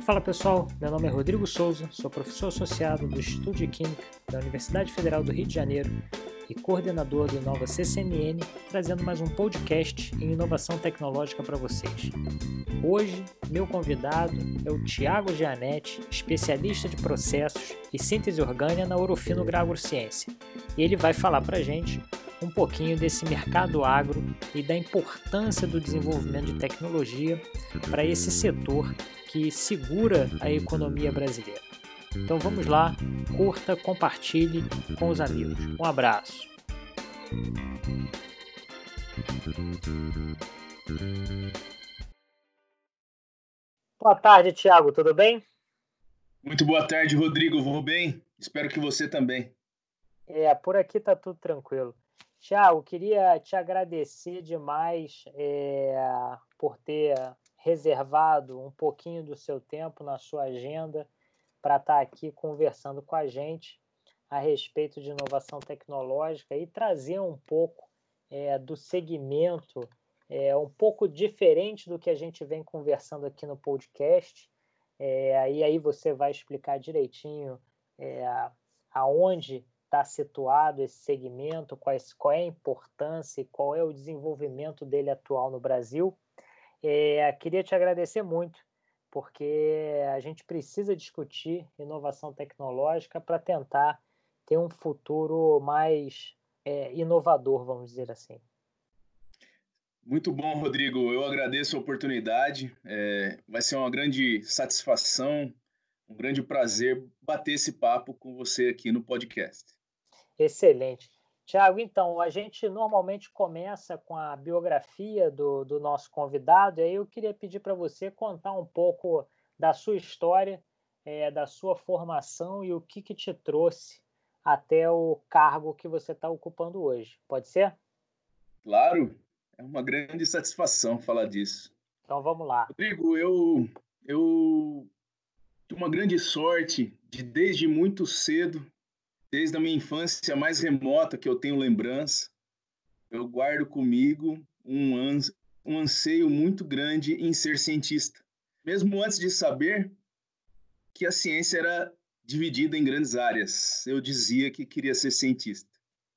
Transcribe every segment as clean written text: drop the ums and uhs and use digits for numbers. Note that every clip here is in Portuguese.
Fala pessoal, meu nome é Rodrigo Souza, sou professor associado do Instituto de Química da Universidade Federal do Rio de Janeiro e coordenador do Inova CCNN, trazendo mais um podcast em inovação tecnológica para vocês. Hoje, meu convidado é o Thiago Gianetti, especialista de processos e síntese orgânica na Ourofino Agrociência, e ele vai falar para a gente um pouquinho desse mercado agro e da importância do desenvolvimento de tecnologia para esse setor que segura a economia brasileira. Então vamos lá, curta, compartilhe com os amigos. Um abraço. Boa tarde, Thiago, tudo bem? Muito boa tarde, Rodrigo. Vou bem? Espero que você também. Por aqui tá tudo tranquilo. Thiago, queria te agradecer demais por ter reservado um pouquinho do seu tempo na sua agenda para estar aqui conversando com a gente a respeito de inovação tecnológica e trazer um pouco do segmento, um pouco diferente do que a gente vem conversando aqui no podcast. E aí você vai explicar direitinho aonde está situado esse segmento, qual é a importância e qual é o desenvolvimento dele atual no Brasil. Queria te agradecer muito, porque a gente precisa discutir inovação tecnológica para tentar ter um futuro mais inovador, vamos dizer assim. Muito bom, Rodrigo. Eu agradeço a oportunidade. Vai ser uma grande satisfação, um grande prazer bater esse papo com você aqui no podcast. Excelente. Tiago, então, a gente normalmente começa com a biografia do nosso convidado, e aí eu queria pedir para você contar um pouco da sua história, da sua formação e o que te trouxe até o cargo que você está ocupando hoje. Pode ser? Claro, é uma grande satisfação falar disso. Então vamos lá. Rodrigo, eu tive uma grande sorte de, desde muito cedo, desde a minha infância mais remota que eu tenho lembrança, eu guardo comigo um anseio muito grande em ser cientista. Mesmo antes de saber que a ciência era dividida em grandes áreas, eu dizia que queria ser cientista.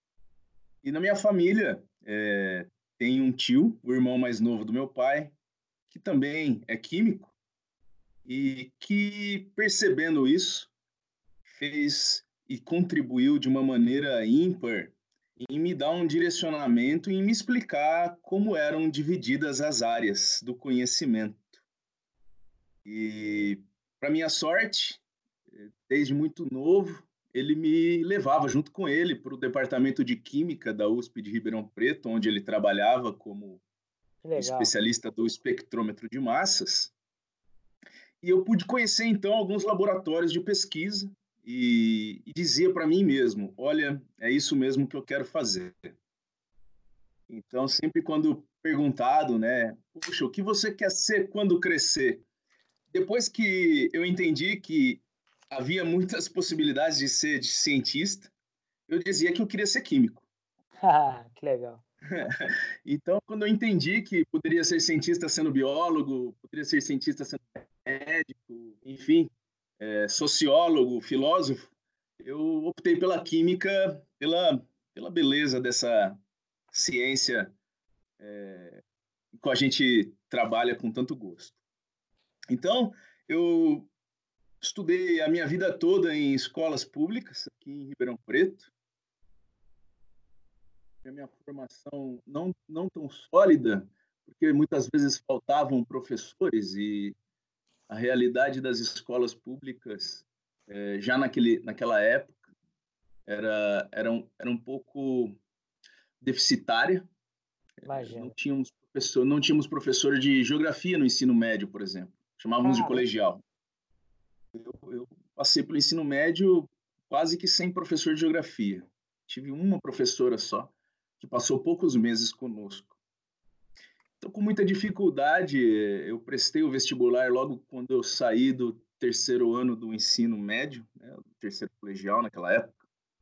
E na minha família, tem um tio, o irmão mais novo do meu pai, que também é químico, e que, percebendo isso, fez e contribuiu de uma maneira ímpar em me dar um direcionamento e em me explicar como eram divididas as áreas do conhecimento. E, para minha sorte, desde muito novo, ele me levava junto com ele para o departamento de Química da USP de Ribeirão Preto, onde ele trabalhava como especialista do espectrômetro de massas. E eu pude conhecer, então, alguns laboratórios de pesquisa e dizia para mim mesmo, olha, é isso mesmo que eu quero fazer. Então, sempre quando perguntado, né, puxa, o que você quer ser quando crescer? Depois que eu entendi que havia muitas possibilidades de ser cientista, eu dizia que eu queria ser químico. Que legal. Então, quando eu entendi que poderia ser cientista sendo biólogo, poderia ser cientista sendo médico, enfim, sociólogo, filósofo, eu optei pela química, pela beleza dessa ciência que a gente trabalha com tanto gosto. Então, eu estudei a minha vida toda em escolas públicas, aqui em Ribeirão Preto. A minha formação não tão sólida, porque muitas vezes faltavam professores e a realidade das escolas públicas, já naquela época, era um pouco deficitária. Imagina. Não tínhamos professor de geografia no ensino médio, por exemplo. Chamávamos de colegial. Eu passei pelo ensino médio quase que sem professor de geografia. Tive uma professora só, que passou poucos meses conosco. Então, com muita dificuldade, eu prestei o vestibular logo quando eu saí do terceiro ano do ensino médio, né, do terceiro colegial naquela época,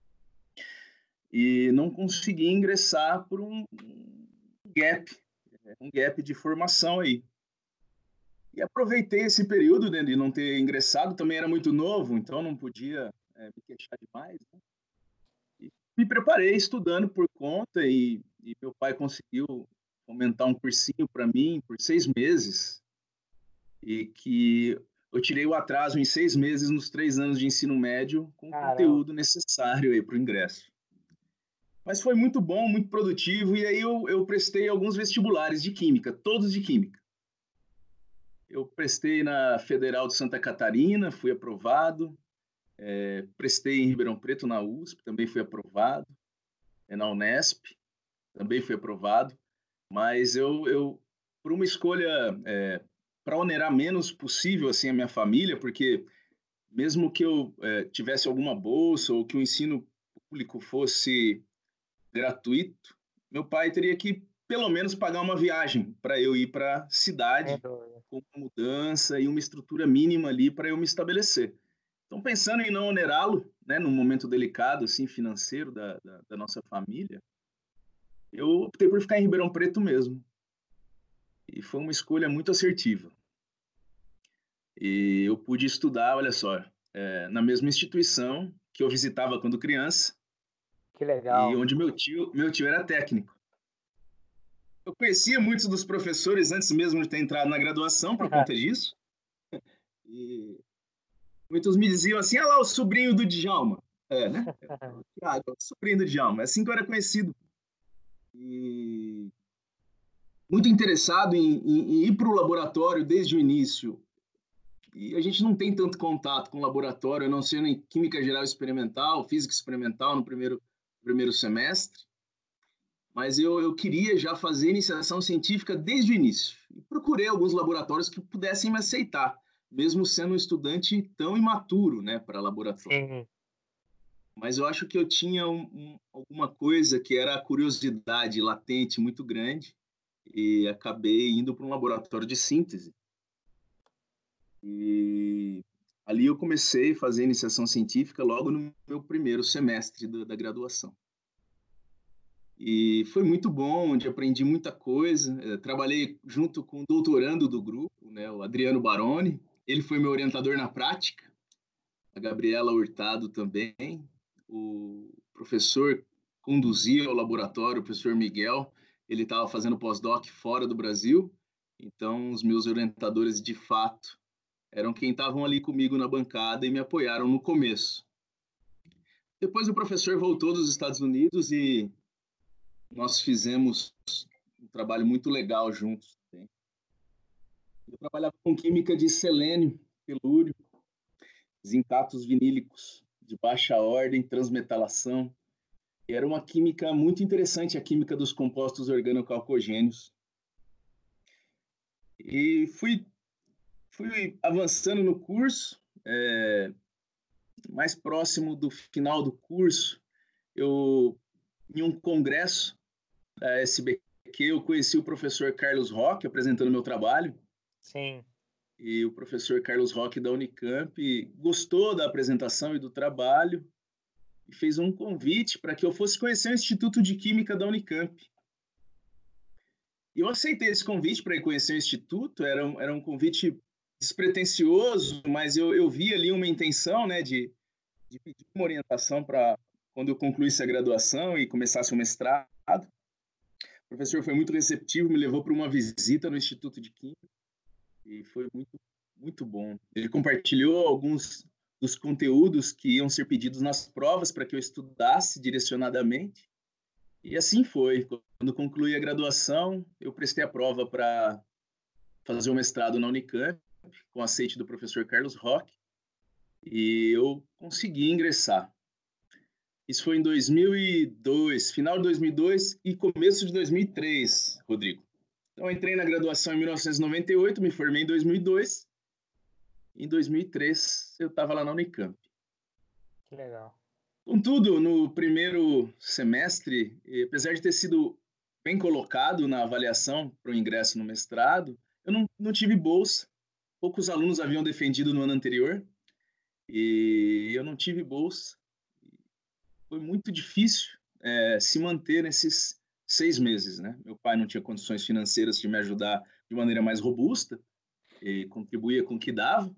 e não consegui ingressar por um gap de formação aí. E aproveitei esse período, né, de não ter ingressado, também era muito novo, então não podia me queixar demais, né? E me preparei estudando por conta e meu pai conseguiu aumentar um cursinho para mim por 6 meses e que eu tirei o atraso em 6 meses nos 3 anos de ensino médio com o Caramba, conteúdo necessário aí para o ingresso. Mas foi muito bom, muito produtivo, e aí eu prestei alguns vestibulares de química, todos de química. Eu prestei na Federal de Santa Catarina, fui aprovado. Prestei em Ribeirão Preto, na USP, também fui aprovado. Na Unesp, também fui aprovado. Mas por uma escolha, para onerar menos possível assim, a minha família, porque mesmo que eu tivesse alguma bolsa ou que o ensino público fosse gratuito, meu pai teria que pelo menos pagar uma viagem para eu ir para a sem cidade dúvida. com uma mudança e uma estrutura mínima ali para eu me estabelecer. Então, pensando em não onerá-lo, né, num momento delicado assim financeiro da nossa família, eu optei por ficar em Ribeirão Preto mesmo. E foi uma escolha muito assertiva. E eu pude estudar, olha só, na mesma instituição que eu visitava quando criança Que e legal. onde meu tio era técnico. Eu conhecia muitos dos professores antes mesmo de ter entrado na graduação por conta disso. E muitos me diziam assim: ah lá, o sobrinho do Djalma. Né? Ah, o sobrinho do Djalma. É assim que eu era conhecido. E muito interessado em ir para o laboratório desde o início. E a gente não tem tanto contato com o laboratório, a não ser em Química Geral Experimental, Física Experimental no primeiro semestre. Mas eu queria já fazer iniciação científica desde o início. E procurei alguns laboratórios que pudessem me aceitar, mesmo sendo um estudante tão imaturo, né, para laboratório. Sim, Mas eu acho que eu tinha alguma coisa que era a curiosidade latente muito grande e acabei indo para um laboratório de síntese. E ali eu comecei a fazer iniciação científica logo no meu primeiro semestre da graduação. E foi muito bom, onde aprendi muita coisa. Trabalhei junto com o doutorando do grupo, né, o Adriano Baroni. Ele foi meu orientador na prática. A Gabriela Hurtado também. O professor conduzia o laboratório, o professor Miguel. Ele estava fazendo pós-doc fora do Brasil. Então, os meus orientadores, de fato, eram quem estavam ali comigo na bancada e me apoiaram no começo. Depois o professor voltou dos Estados Unidos e nós fizemos um trabalho muito legal juntos. Eu trabalhava com química de selênio, telúrio, zincatos vinílicos de baixa ordem, transmetalação. E era uma química muito interessante, a química dos compostos organocalcogênios. E fui avançando no curso, mais próximo do final do curso, em um congresso da SBQ, eu conheci o professor Carlos Roque apresentando meu trabalho. sim. E o professor Carlos Roque da Unicamp gostou da apresentação e do trabalho e fez um convite para que eu fosse conhecer o Instituto de Química da Unicamp. E eu aceitei esse convite para ir conhecer o Instituto, era um convite despretensioso, mas eu vi ali uma intenção, né, de pedir uma orientação para quando eu concluísse a graduação e começasse o mestrado. O professor foi muito receptivo, me levou para uma visita no Instituto de Química e foi muito, muito bom. Ele compartilhou alguns dos conteúdos que iam ser pedidos nas provas para que eu estudasse direcionadamente. E assim foi. Quando concluí a graduação, eu prestei a prova para fazer o mestrado na Unicamp, com aceite do professor Carlos Roque, e eu consegui ingressar. Isso foi em 2002, final de 2002 e começo de 2003, Rodrigo. Então, eu entrei na graduação em 1998, me formei em 2002. Em 2003, eu estava lá na Unicamp. Que legal. Contudo, no primeiro semestre, apesar de ter sido bem colocado na avaliação para o ingresso no mestrado, eu não tive bolsa. Poucos alunos haviam defendido no ano anterior e eu não tive bolsa. Foi muito difícil se manter nesses 6 meses, né? Meu pai não tinha condições financeiras de me ajudar de maneira mais robusta e contribuía com o que dava.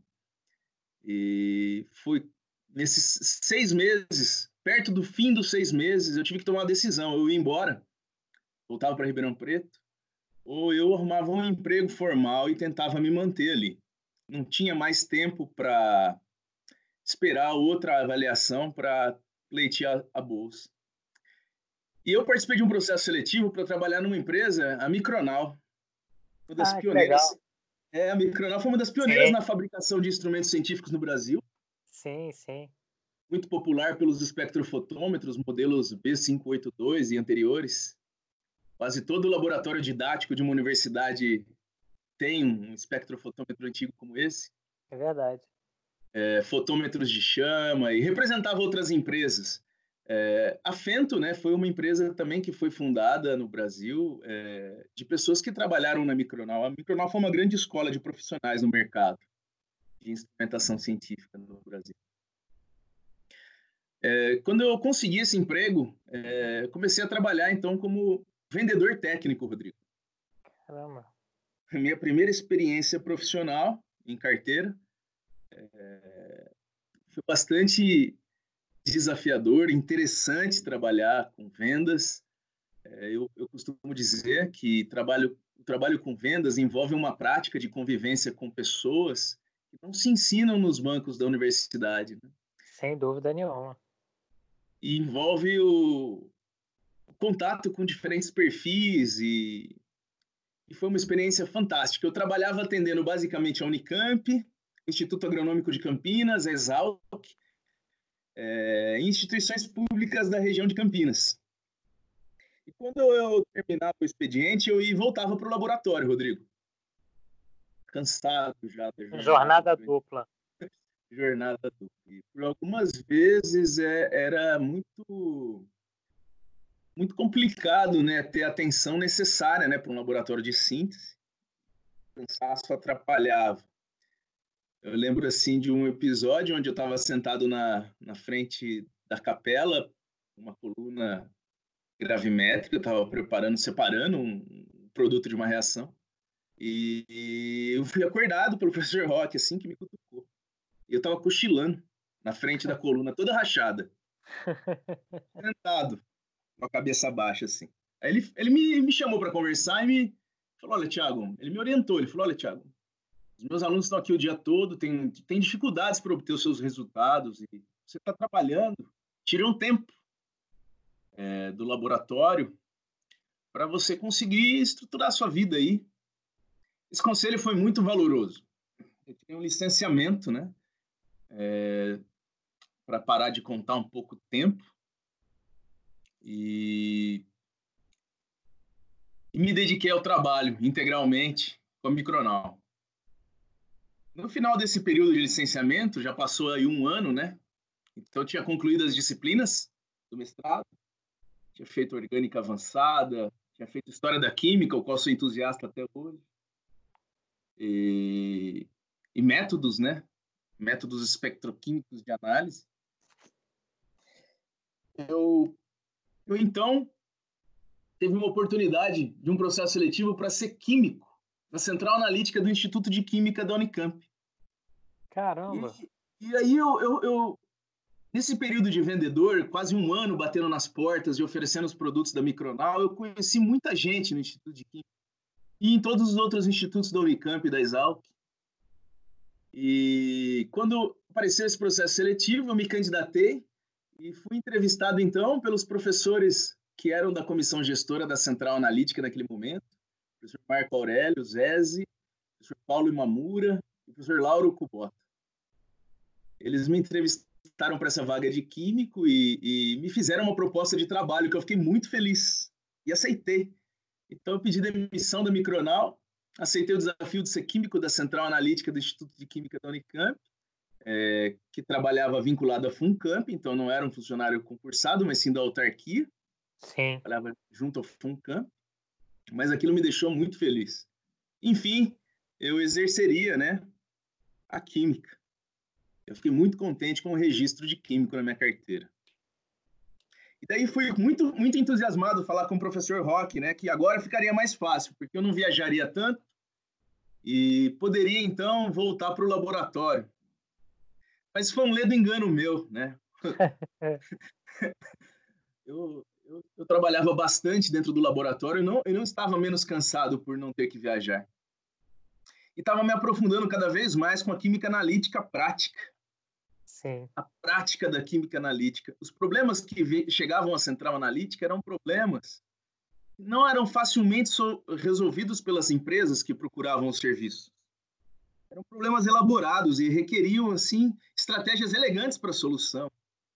E foi nesses 6 meses, perto do fim dos 6 meses, eu tive que tomar uma decisão. Eu ia embora, voltava para Ribeirão Preto, ou eu arrumava um emprego formal e tentava me manter ali. Não tinha mais tempo para esperar outra avaliação para pleitear a bolsa. E eu participei de um processo seletivo para trabalhar numa empresa, a Micronal, uma das Que legal. pioneiras. A Micronal foi uma das pioneiras na fabricação de instrumentos científicos no Brasil. Sim, sim. Muito popular pelos espectrofotômetros, modelos B582 e anteriores. Quase todo laboratório didático de uma universidade tem um espectrofotômetro antigo como esse. É verdade. Fotômetros de chama, e representava outras empresas. A Fento, né, foi uma empresa também que foi fundada no Brasil de pessoas que trabalharam na Micronal. A Micronal foi uma grande escola de profissionais no mercado de instrumentação científica no Brasil. Quando eu consegui esse emprego, comecei a trabalhar então como vendedor técnico, Rodrigo. Caramba. Minha primeira experiência profissional em carteira. Foi bastante desafiador, interessante trabalhar com vendas. Eu costumo dizer que o trabalho com vendas envolve uma prática de convivência com pessoas que não se ensinam nos bancos da universidade, né? Sem dúvida nenhuma. E envolve o contato com diferentes perfis e foi uma experiência fantástica. Eu trabalhava atendendo basicamente a Unicamp, Instituto Agronômico de Campinas, a Exalc, instituições públicas da região de Campinas. E quando eu terminava o expediente, eu ia e voltava para o laboratório, Rodrigo. Cansado já da jornada dupla. Jornada dupla. E por algumas vezes era muito complicado, né, ter a atenção necessária, né, para um laboratório de síntese. O cansaço atrapalhava. Eu lembro assim de um episódio onde eu estava sentado na frente da capela, uma coluna gravimétrica, eu estava separando um produto de uma reação, e eu fui acordado pelo professor Roque, assim, que me cutucou. E eu estava cochilando na frente da coluna, toda rachada, sentado, com a cabeça baixa, assim. Aí ele me chamou para conversar e me falou, olha, Thiago, ele me orientou, ele falou, olha, Thiago, os meus alunos estão aqui o dia todo, tem dificuldades para obter os seus resultados, e você está trabalhando, tire um tempo do laboratório para você conseguir estruturar a sua vida aí. Esse conselho foi muito valoroso. Eu tinha um licenciamento, né, para parar de contar um pouco o tempo e me dediquei ao trabalho integralmente com a Micronal. No final desse período de licenciamento, já passou aí 1 ano, né? Então eu tinha concluído as disciplinas do mestrado, tinha feito orgânica avançada, tinha feito história da química, o qual sou entusiasta até hoje, e métodos, né? Métodos espectroquímicos de análise. Eu então teve uma oportunidade de um processo seletivo para ser químico na Central Analítica do Instituto de Química da Unicamp. Caramba! E aí eu nesse período de vendedor, quase 1 ano batendo nas portas e oferecendo os produtos da Micronal, eu conheci muita gente no Instituto de Química e em todos os outros institutos da Unicamp e da Exalc. E quando apareceu esse processo seletivo, eu me candidatei e fui entrevistado, então, pelos professores que eram da comissão gestora da Central Analítica naquele momento, o professor Marco Aurélio Zezzi, o professor Paulo Imamura e o professor Lauro Kubota. Eles me entrevistaram para essa vaga de químico e me fizeram uma proposta de trabalho que eu fiquei muito feliz e aceitei. Então, eu pedi demissão da Micronal, aceitei o desafio de ser químico da Central Analítica do Instituto de Química da Unicamp, que trabalhava vinculado à FUNCAMP, então não era um funcionário concursado, mas sim da autarquia. Sim. Trabalhava junto ao FUNCAMP, mas aquilo me deixou muito feliz. Enfim, eu exerceria, né, a química. Eu fiquei muito contente com o registro de químico na minha carteira. E daí fui muito, muito entusiasmado falar com o professor Roque, né, que agora ficaria mais fácil, porque eu não viajaria tanto e poderia, então, voltar para o laboratório. Mas foi um ledo engano meu, né? Eu trabalhava bastante dentro do laboratório e não estava menos cansado por não ter que viajar. E estava me aprofundando cada vez mais com a química analítica prática. Sim. A prática da química analítica. Os problemas que chegavam à central analítica eram problemas que não eram facilmente resolvidos pelas empresas que procuravam os serviços. Eram problemas elaborados e requeriam, assim, estratégias elegantes para a solução.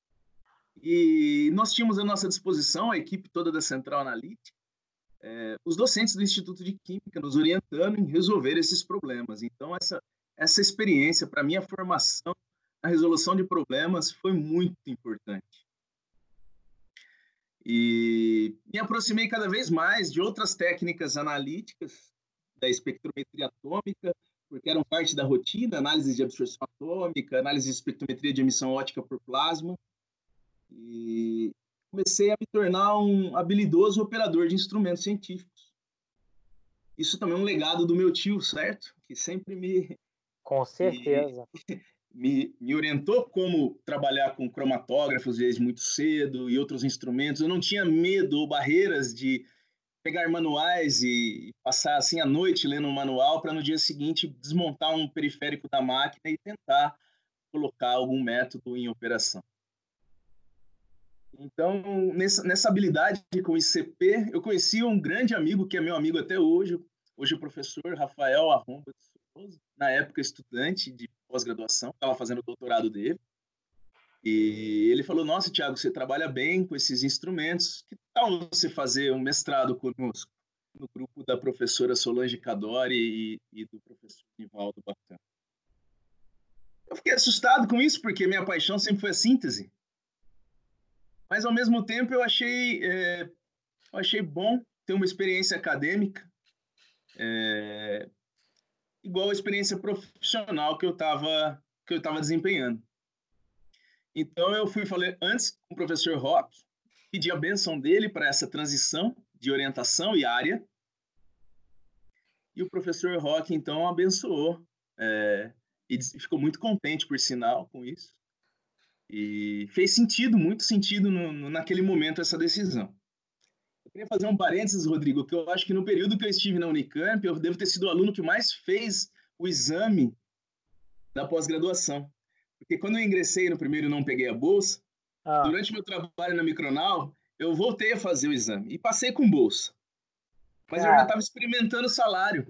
E nós tínhamos à nossa disposição, a equipe toda da Central Analítica, os docentes do Instituto de Química nos orientando em resolver esses problemas. Então, essa experiência, para mim, a formação, a resolução de problemas foi muito importante. E me aproximei cada vez mais de outras técnicas analíticas, da espectrometria atômica, porque eram parte da rotina, análise de absorção atômica, análise de espectrometria de emissão óptica por plasma. E comecei a me tornar um habilidoso operador de instrumentos científicos. Isso também é um legado do meu tio, certo? Que sempre Com certeza. me orientou como trabalhar com cromatógrafos desde muito cedo e outros instrumentos. Eu não tinha medo ou barreiras de pegar manuais e passar assim a noite lendo um manual para no dia seguinte desmontar um periférico da máquina e tentar colocar algum método em operação. Então, nessa habilidade com o ICP, eu conheci um grande amigo, que é meu amigo até hoje o professor Rafael Arromba de Souza, na época estudante de pós-graduação, estava fazendo o doutorado dele, e ele falou, nossa, Thiago, você trabalha bem com esses instrumentos, que tal você fazer um mestrado conosco, no grupo da professora Solange Cadori e do professor Nivaldo Bacana. Eu fiquei assustado com isso, porque minha paixão sempre foi a síntese. Mas, ao mesmo tempo, eu achei bom ter uma experiência acadêmica igual a experiência profissional que eu estava desempenhando. Então, falei antes com o professor Rock, pedi a bênção dele para essa transição de orientação e área. E o professor Rock, então, abençoou e ficou muito contente, por sinal, com isso. E fez sentido, muito sentido naquele momento essa decisão. Eu queria fazer um parênteses, Rodrigo, que eu acho que no período que eu estive na Unicamp, eu devo ter sido o aluno que mais fez o exame da pós-graduação. Porque quando eu ingressei no primeiro e não peguei a bolsa, durante meu trabalho na Micronal, eu voltei a fazer o exame e passei com bolsa. Mas eu já estava experimentando o salário.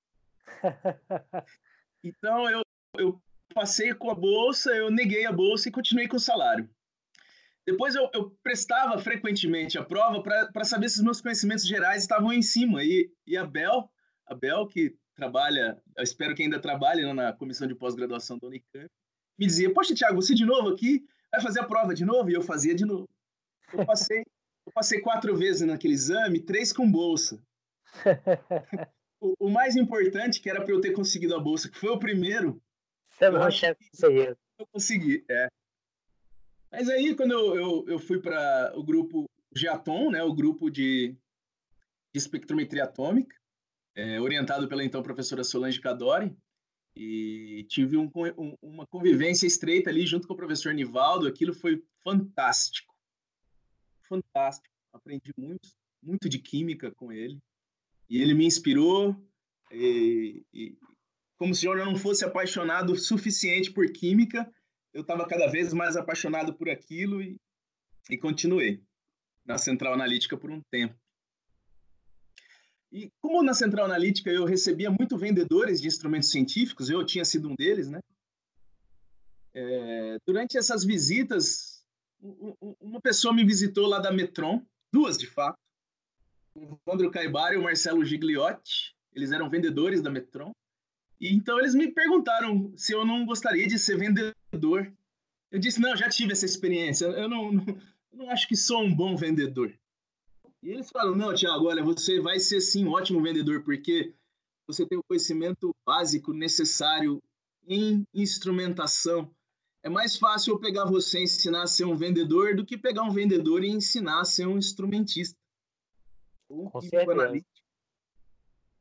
Então, eu passei com a bolsa, eu neguei a bolsa e continuei com o salário. Depois eu prestava frequentemente a prova para saber se os meus conhecimentos gerais estavam em cima. E a Bel, que trabalha, eu espero que ainda trabalhe na comissão de pós-graduação da Unicamp, me dizia, poxa, Thiago, você de novo aqui? Vai fazer a prova de novo? E eu fazia de novo. Eu passei 4 vezes naquele exame, 3 com bolsa. O mais importante, que era para eu ter conseguido a bolsa, que foi o primeiro, Você não tinha conseguido. Eu consegui, Mas aí, quando eu fui para o grupo GEATOM, né, o grupo de espectrometria atômica, orientado pela então professora Solange Cadori, e tive uma convivência estreita ali junto com o professor Nivaldo, aquilo foi fantástico. Fantástico. Aprendi muito de química com ele. E ele me inspirou, como se eu não fosse apaixonado o suficiente por química, eu estava cada vez mais apaixonado por aquilo e continuei na Central Analítica por um tempo. E como na Central Analítica eu recebia muito vendedores de instrumentos científicos, eu tinha sido um deles, né? Durante essas visitas, uma pessoa me visitou lá da Metron, 2 de fato, o Evandro Caibara e o Marcelo Gigliotti, eles eram vendedores da Metron, e então eles me perguntaram se eu não gostaria de ser vendedor. Eu disse, não, já tive essa experiência, eu não acho que sou um bom vendedor. E eles falaram, não, Thiago, olha, você vai ser sim um ótimo vendedor, porque você tem o conhecimento básico necessário em instrumentação. É mais fácil eu pegar você e ensinar a ser um vendedor do que pegar um vendedor e ensinar a ser um instrumentista. Com certeza.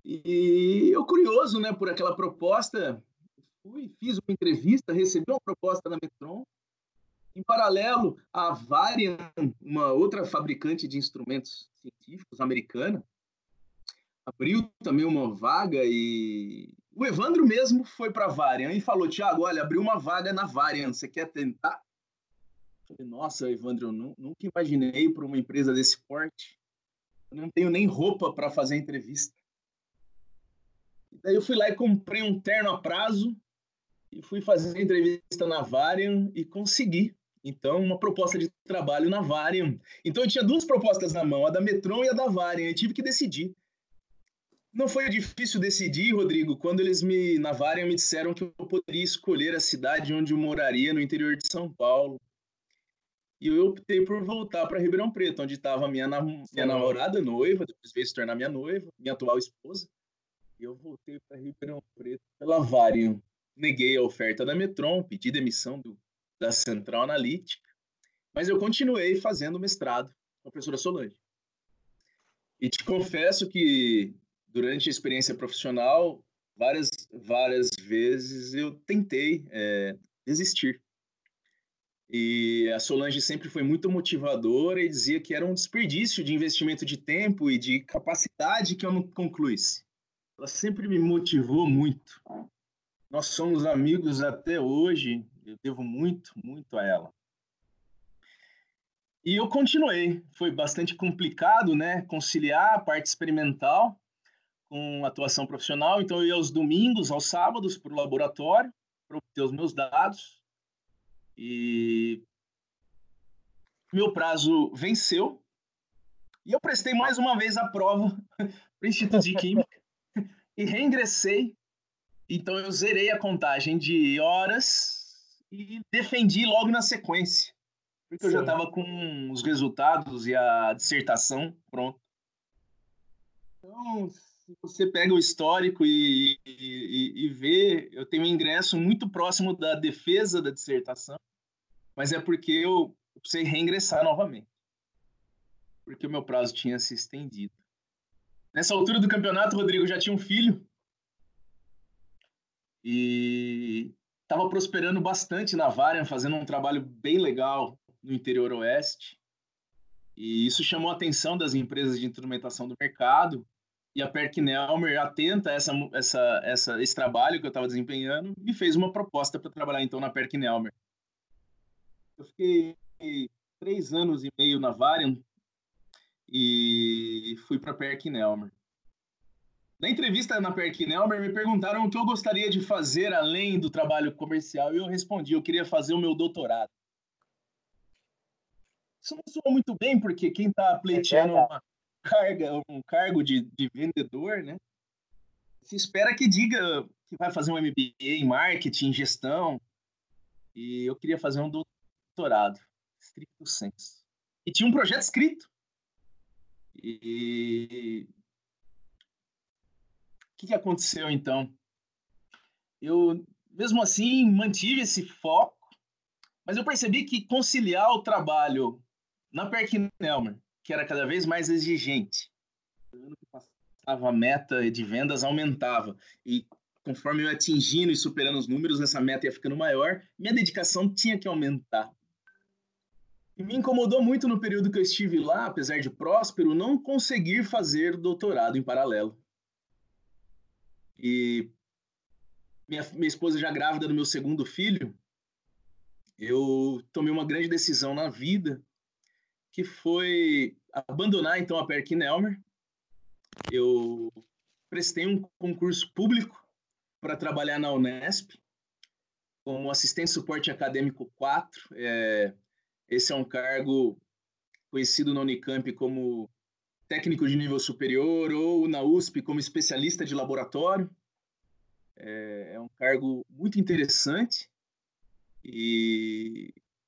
E eu, curioso, né, por aquela proposta, fiz uma entrevista, recebi uma proposta da Metron. Em paralelo, a Varian, uma outra fabricante de instrumentos científicos americana, abriu também uma vaga e o Evandro mesmo foi para a Varian e falou: Tiago, olha, abriu uma vaga na Varian, você quer tentar? Eu falei: nossa, Evandro, eu nunca imaginei para uma empresa desse porte. Eu não tenho nem roupa para fazer entrevista. E daí eu fui lá e comprei um terno a prazo e fui fazer entrevista na Varian e consegui. Então, uma proposta de trabalho na Varian. Então, eu tinha duas propostas na mão, a da Metron e a da Varian. Eu tive que decidir. Não foi difícil decidir, Rodrigo, quando eles na Varian me disseram que eu poderia escolher a cidade onde eu moraria no interior de São Paulo. E eu optei por voltar para Ribeirão Preto, onde estava minha namorada, noiva, depois veio se tornar minha noiva, minha atual esposa. E eu voltei para Ribeirão Preto pela Varian. Neguei a oferta da Metron, pedi demissão da Central Analítica, mas eu continuei fazendo mestrado com a professora Solange. E te confesso que durante a experiência profissional, várias vezes eu tentei desistir. E a Solange sempre foi muito motivadora e dizia que era um desperdício de investimento de tempo e de capacidade que eu não concluísse. Ela sempre me motivou muito. Nós somos amigos até hoje, eu devo muito, muito a ela. E eu continuei, foi bastante complicado, né, conciliar a parte experimental com atuação profissional, então eu ia aos domingos, aos sábados para o laboratório, para obter os meus dados, e meu prazo venceu, e eu prestei mais uma vez a prova para o Instituto de Química, e reingressei, então eu zerei a contagem de horas e defendi logo na sequência, porque eu já estava com os resultados e a dissertação pronta. Então, se você pega o histórico e vê, eu tenho um ingresso muito próximo da defesa da dissertação, mas é porque eu precisei reingressar novamente, porque o meu prazo tinha se estendido. Nessa altura do campeonato, Rodrigo já tinha um filho e estava prosperando bastante na Varian, fazendo um trabalho bem legal no interior oeste. E isso chamou a atenção das empresas de instrumentação do mercado. E a PerkinElmer, atenta a esse trabalho que eu estava desempenhando, me fez uma proposta para trabalhar então na PerkinElmer. Eu fiquei 3 anos e meio na Varian e fui para a PerkinElmer. Na entrevista na PerkinElmer, me perguntaram o que eu gostaria de fazer além do trabalho comercial e eu respondi, eu queria fazer o meu doutorado. Isso não soa muito bem, porque quem está pleiteando um cargo de vendedor, né? Se espera que diga que vai fazer um MBA em marketing, gestão, e eu queria fazer um doutorado, stricto sensu. E tinha um projeto escrito. E o que aconteceu então? Eu, mesmo assim, mantive esse foco, mas eu percebi que conciliar o trabalho na PerkinElmer, que era cada vez mais exigente, ano que passava a meta de vendas aumentava, e conforme eu ia atingindo e superando os números, essa meta ia ficando maior, minha dedicação tinha que aumentar. E me incomodou muito no período que eu estive lá, apesar de próspero, não conseguir fazer doutorado em paralelo. E minha esposa já grávida do meu segundo filho, eu tomei uma grande decisão na vida, que foi abandonar então a PerkinElmer. Eu prestei um concurso público para trabalhar na Unesp, como assistente de suporte acadêmico 4. Esse é um cargo conhecido na Unicamp como técnico de nível superior ou na USP como especialista de laboratório. É um cargo muito interessante e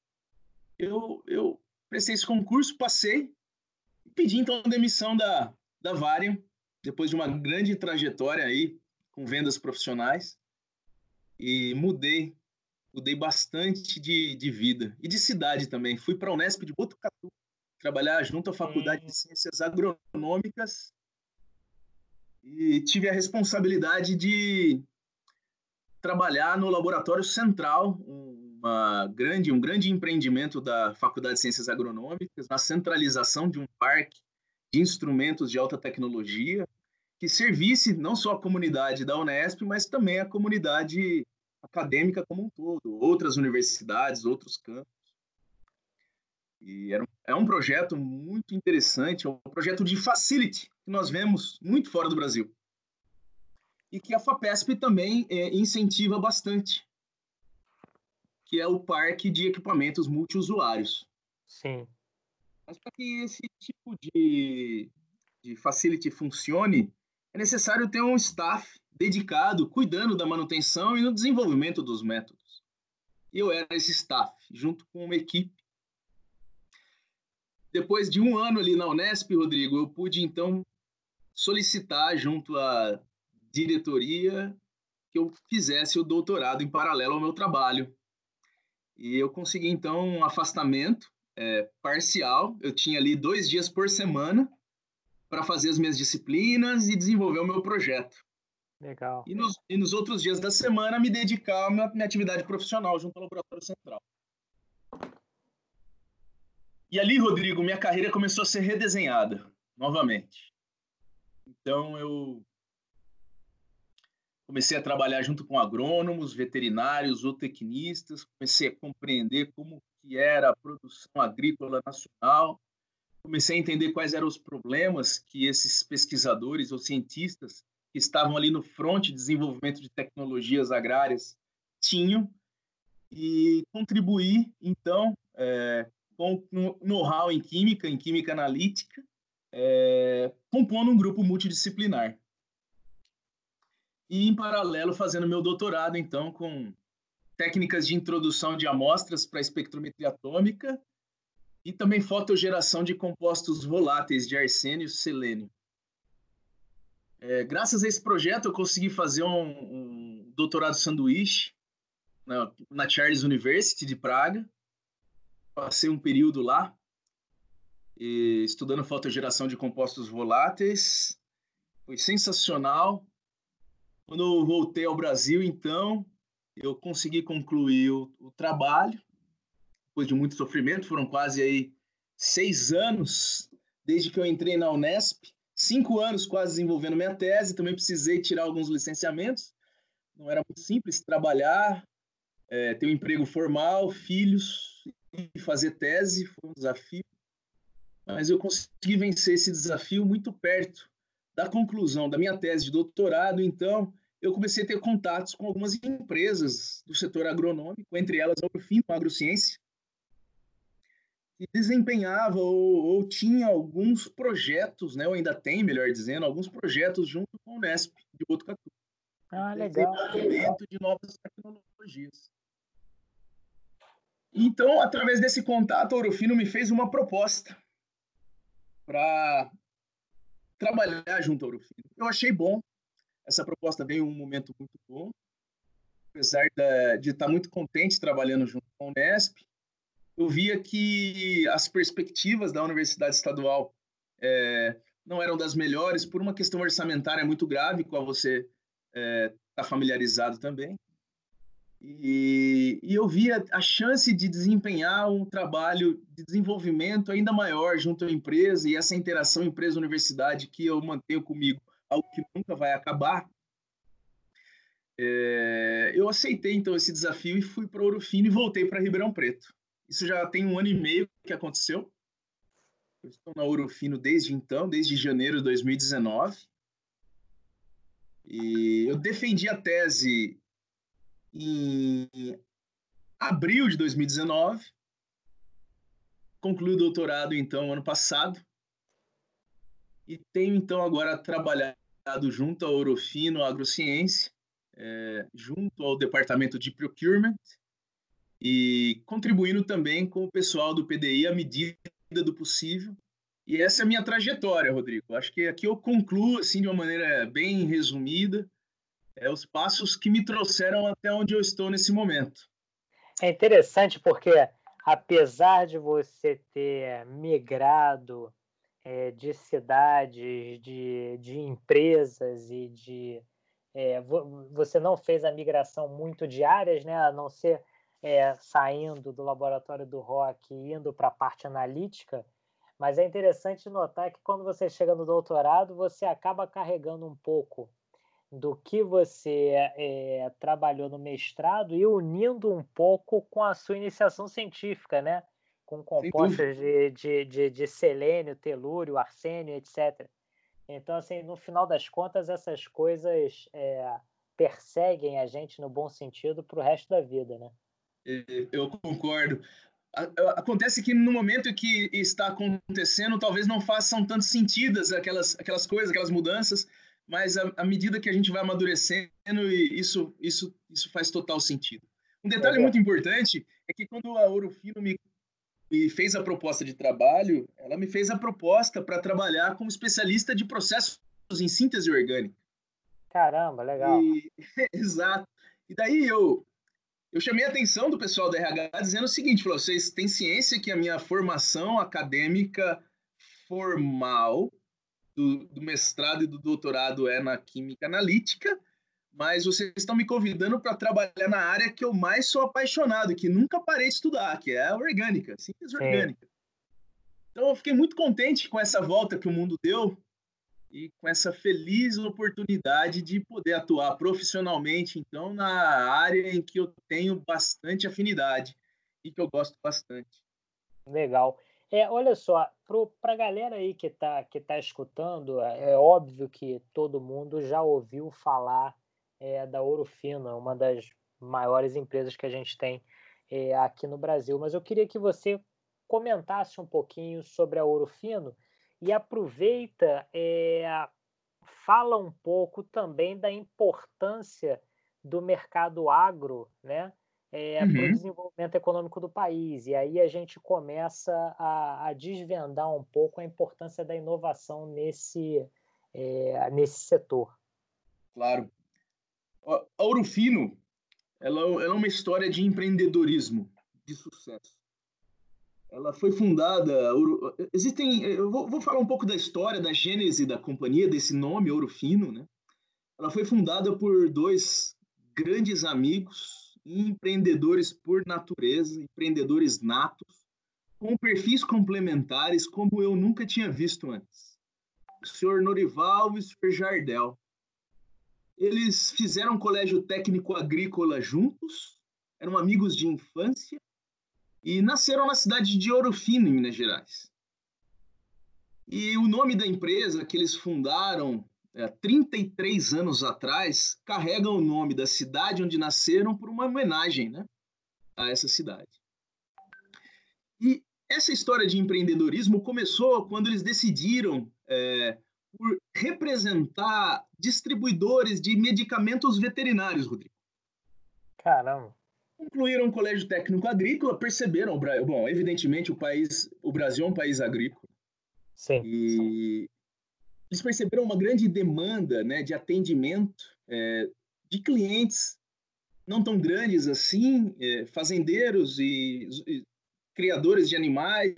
eu prestei esse concurso, passei e pedi então a demissão da Varian, depois de uma grande trajetória aí com vendas profissionais, e mudei bastante de vida e de cidade também. Fui para a Unesp de Botucatu trabalhar junto à Faculdade de Ciências Agronômicas e tive a responsabilidade de trabalhar no Laboratório Central, um grande empreendimento da Faculdade de Ciências Agronômicas, na centralização de um parque de instrumentos de alta tecnologia, que servisse não só a comunidade da Unesp, mas também a comunidade acadêmica como um todo, outras universidades, outros campos. E é um projeto muito interessante, é um projeto de facility, que nós vemos muito fora do Brasil. E que a FAPESP também incentiva bastante, que é o parque de equipamentos multiusuários. Sim. Mas para que esse tipo de facility funcione, é necessário ter um staff dedicado, cuidando da manutenção e no desenvolvimento dos métodos. E eu era esse staff, junto com uma equipe. Depois de um ano ali na Unesp, Rodrigo, eu pude, então, solicitar junto à diretoria que eu fizesse o doutorado em paralelo ao meu trabalho. E eu consegui, então, um afastamento parcial. Eu tinha ali 2 dias por semana para fazer as minhas disciplinas e desenvolver o meu projeto. Legal. E nos outros dias da semana, me dedicar à minha atividade profissional junto ao Laboratório Central. E ali, Rodrigo, minha carreira começou a ser redesenhada novamente. Então, eu comecei a trabalhar junto com agrônomos, veterinários, zootecnistas, comecei a compreender como que era a produção agrícola nacional, comecei a entender quais eram os problemas que esses pesquisadores ou cientistas que estavam ali no front de desenvolvimento de tecnologias agrárias tinham e contribuí, então, com know-how em química analítica, compondo um grupo multidisciplinar. E, em paralelo, fazendo meu doutorado, então, com técnicas de introdução de amostras para espectrometria atômica e também fotogeração de compostos voláteis de arsênio e selênio. Graças a esse projeto, eu consegui fazer um doutorado sanduíche na Charles University de Praga. Passei um período lá, estudando fotogeração de compostos voláteis. Foi sensacional. Quando eu voltei ao Brasil, então, eu consegui concluir o trabalho, depois de muito sofrimento. Foram quase aí 6 anos desde que eu entrei na Unesp, 5 anos quase desenvolvendo minha tese. Também precisei tirar alguns licenciamentos. Não era muito simples trabalhar, ter um emprego formal, filhos e fazer tese. Foi um desafio. Mas eu consegui vencer esse desafio muito perto da conclusão da minha tese de doutorado. Então, eu comecei a ter contatos com algumas empresas do setor agronômico, entre elas a Ourofino Agrociência, que desempenhava ou tinha alguns projetos, ou ainda tem, melhor dizendo, alguns projetos junto com a Unesp de Botucatu. Legal. Desenvolvimento de novas tecnologias. Então, através desse contato, a Ourofino me fez uma proposta para trabalhar junto à Ourofino. Eu achei bom. Essa proposta veio em um momento muito bom, apesar de estar muito contente trabalhando junto com a Unesp. Eu via que as perspectivas da Universidade Estadual não eram das melhores, por uma questão orçamentária muito grave, com a qual você está familiarizado também. E eu via a chance de desempenhar um trabalho de desenvolvimento ainda maior junto à empresa, e essa interação empresa-universidade que eu mantenho comigo, algo que nunca vai acabar. Eu aceitei, então, esse desafio e fui para Ourofino e voltei para Ribeirão Preto. Isso já tem 1 ano e meio que aconteceu. Eu estou na Ourofino desde então, desde janeiro de 2019. E eu defendi a tese em abril de 2019. Concluí o doutorado, então, ano passado. E tenho, então, agora trabalhado junto à Ourofino Agrociência, junto ao departamento de procurement, e contribuindo também com o pessoal do PDI à medida do possível. E essa é a minha trajetória, Rodrigo. Acho que aqui eu concluo, assim, de uma maneira bem resumida, os passos que me trouxeram até onde eu estou nesse momento. É interessante porque, apesar de você ter migrado de cidades, de empresas e você não fez a migração muito de áreas, né, a não ser saindo do laboratório do Rock e indo para a parte analítica, mas é interessante notar que quando você chega no doutorado, você acaba carregando um pouco do que você trabalhou no mestrado e unindo um pouco com a sua iniciação científica, né? Com Sem dúvida. compostos de selênio, telúrio, arsênio, etc. Então, assim, no final das contas, essas coisas perseguem a gente no bom sentido para o resto da vida, né? Eu concordo. Acontece que no momento que está acontecendo, talvez não façam tanto sentido aquelas coisas, aquelas mudanças, mas à medida que a gente vai amadurecendo, isso faz total sentido. Um É detalhe muito verdade. importante é que quando a Ouro Fino me fez a proposta de trabalho, ela me fez a proposta para trabalhar como especialista de processos em síntese orgânica. Caramba, legal. E, exato. E daí eu chamei a atenção do pessoal da RH dizendo o seguinte: falou, vocês têm ciência que a minha formação acadêmica formal do mestrado e do doutorado é na química analítica, mas vocês estão me convidando para trabalhar na área que eu mais sou apaixonado, que nunca parei de estudar, que é a orgânica, síntese Sim. orgânica. Então eu fiquei muito contente com essa volta que o mundo deu e com essa feliz oportunidade de poder atuar profissionalmente, então, na área em que eu tenho bastante afinidade e que eu gosto bastante. Legal. Olha só, para a galera aí que tá escutando, é óbvio que todo mundo já ouviu falar da Ouro Fino, é uma das maiores empresas que a gente tem aqui no Brasil. Mas eu queria que você comentasse um pouquinho sobre a Ouro Fino e aproveita, fala um pouco também da importância do mercado agro, né? Para o Uhum. desenvolvimento econômico do país. E aí a gente começa a desvendar um pouco a importância da inovação nesse setor. Claro. A Ouro Fino, ela é uma história de empreendedorismo, de sucesso. Ela foi fundada. Eu vou falar um pouco da história, da gênese da companhia, desse nome, Ouro Fino, né? Ela foi fundada por dois grandes amigos, empreendedores por natureza, empreendedores natos, com perfis complementares como eu nunca tinha visto antes. O senhor Norival e o senhor Jardel. Eles fizeram um colégio técnico agrícola juntos, eram amigos de infância e nasceram na cidade de Ouro Fino, em Minas Gerais. E o nome da empresa que eles fundaram 33 anos atrás carrega o nome da cidade onde nasceram por uma homenagem, né, a essa cidade. E essa história de empreendedorismo começou quando eles decidiram por representar distribuidores de medicamentos veterinários, Rodrigo. Caramba. Concluíram um colégio técnico agrícola, perceberam, bom, evidentemente o Brasil é um país agrícola, Sim. e eles perceberam uma grande demanda, né, de atendimento de clientes não tão grandes assim, fazendeiros e criadores de animais,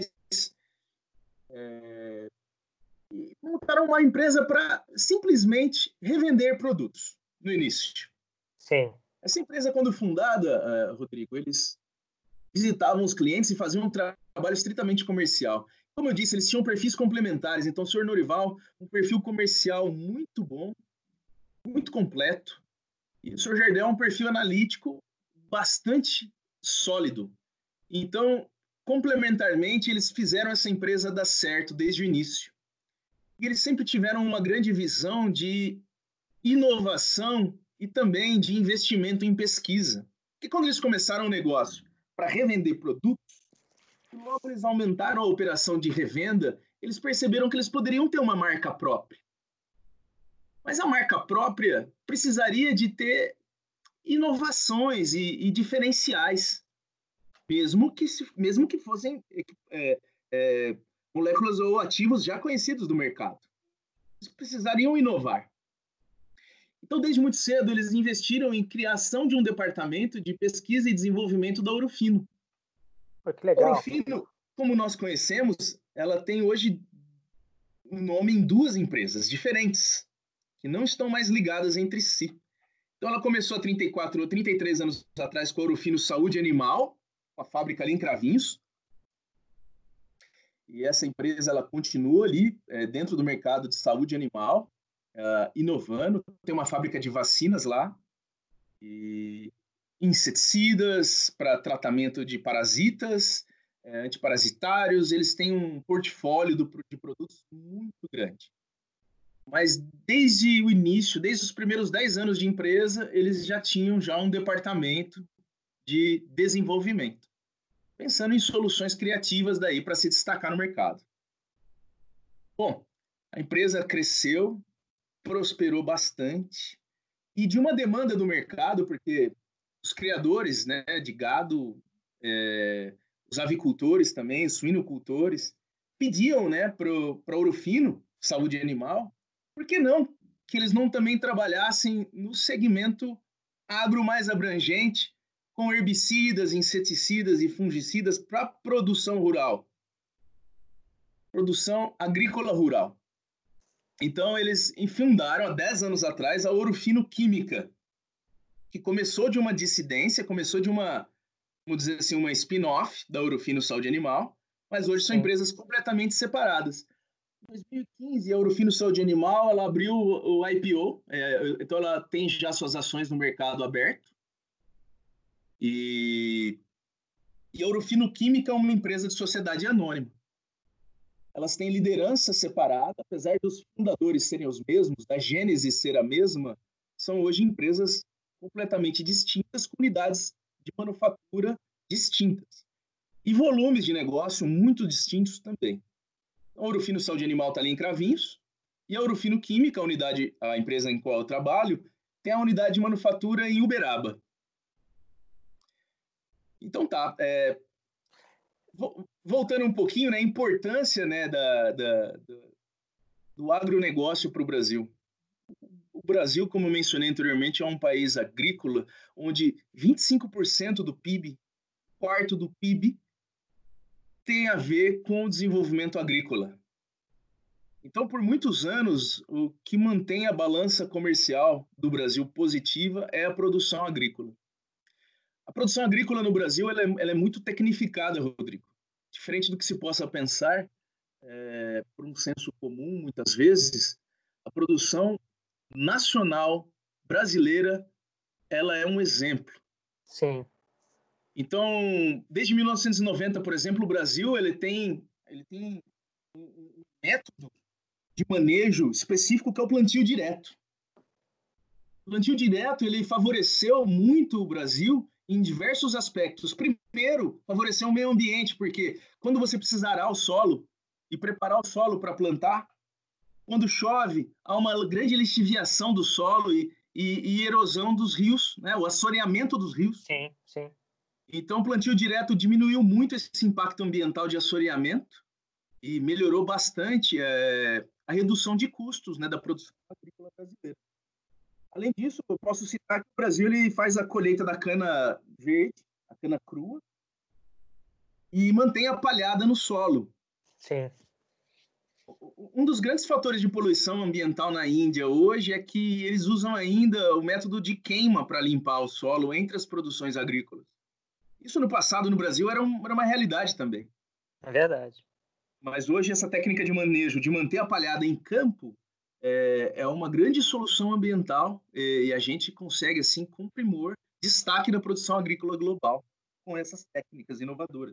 e montaram uma empresa para simplesmente revender produtos no início. Sim. Essa empresa, quando fundada, Rodrigo, eles visitavam os clientes e faziam um trabalho estritamente comercial. Como eu disse, eles tinham perfis complementares. Então, o senhor Norival, um perfil comercial muito bom, muito completo. E o senhor Jardel é um perfil analítico bastante sólido. Então, complementarmente, eles fizeram essa empresa dar certo desde o início. E eles sempre tiveram uma grande visão de inovação e também de investimento em pesquisa. Porque quando eles começaram o negócio para revender produtos, logo eles aumentaram a operação de revenda, eles perceberam que eles poderiam ter uma marca própria. Mas a marca própria precisaria de ter inovações e diferenciais, mesmo que fossem moléculas ou ativos já conhecidos do mercado. Eles precisariam inovar. Então, desde muito cedo, eles investiram em criação de um departamento de pesquisa e desenvolvimento da Ouro Fino. Pô, que A Ouro legal. Fino, como nós conhecemos, ela tem hoje o nome em duas empresas diferentes, que não estão mais ligadas entre si. Então ela começou há 34 ou 33 anos atrás com a Ouro Fino Saúde Animal, com a fábrica ali em Cravinhos. E essa empresa ela continua ali dentro do mercado de saúde animal, inovando. Tem uma fábrica de vacinas lá, e inseticidas para tratamento de parasitas, antiparasitários. Eles têm um portfólio de produtos muito grande. Mas desde o início, desde os primeiros 10 anos de empresa, eles já tinham um departamento de desenvolvimento, pensando em soluções criativas daí para se destacar no mercado. Bom, a empresa cresceu, prosperou bastante, e de uma demanda do mercado, porque os criadores, né, de gado, os avicultores também, os suinocultores, pediam, né, para Ouro Fino, saúde animal, por que não que eles não também trabalhassem no segmento agro mais abrangente, com herbicidas, inseticidas e fungicidas para produção rural, produção agrícola rural. Então, eles fundaram, há 10 anos atrás, a Ouro Fino Química, que começou de uma dissidência, começou de uma, vamos dizer assim, uma spin-off da Ouro Fino Saúde Animal, mas hoje são empresas completamente separadas. Em 2015, a Ouro Fino Saúde Animal ela abriu o IPO, então ela tem já suas ações no mercado aberto. E a Ouro Fino Química é uma empresa de sociedade anônima. Elas têm liderança separada, apesar dos fundadores serem os mesmos, da gênese ser a mesma, são hoje empresas completamente distintas, com unidades de manufatura distintas. E volumes de negócio muito distintos também. A Ouro Fino Saúde Animal está ali em Cravinhos, e a Ouro Fino Química, a empresa em qual eu trabalho, tem a unidade de manufatura em Uberaba. Então tá, voltando um pouquinho, né, a importância, né, do agronegócio para o Brasil. O Brasil, como eu mencionei anteriormente, é um país agrícola, onde 25% do PIB, quarto do PIB, tem a ver com o desenvolvimento agrícola. Então, por muitos anos, o que mantém a balança comercial do Brasil positiva é a produção agrícola. A produção agrícola no Brasil ela é muito tecnificada, Rodrigo. Diferente do que se possa pensar, por um senso comum, muitas vezes, a produção nacional brasileira ela é um exemplo. Sim. Então, desde 1990, por exemplo, o Brasil ele tem um método de manejo específico que é o plantio direto. O plantio direto ele favoreceu muito o Brasil em diversos aspectos. Primeiro, favoreceu o meio ambiente, porque quando você precisa arar o solo e preparar o solo para plantar, quando chove, há uma grande lixiviação do solo e erosão dos rios, né? O assoreamento dos rios. Sim, sim. Então, o plantio direto diminuiu muito esse impacto ambiental de assoreamento e melhorou bastante a redução de custos, né, da produção agrícola brasileira. Além disso, eu posso citar que o Brasil ele faz a colheita da cana verde, a cana crua, e mantém a palhada no solo. Sim. Um dos grandes fatores de poluição ambiental na Índia hoje é que eles usam ainda o método de queima para limpar o solo entre as produções agrícolas. Isso no passado no Brasil era uma realidade também. É verdade. Mas hoje essa técnica de manejo, de manter a palhada em campo, é uma grande solução ambiental e a gente consegue, assim, com primor, destaque da produção agrícola global com essas técnicas inovadoras.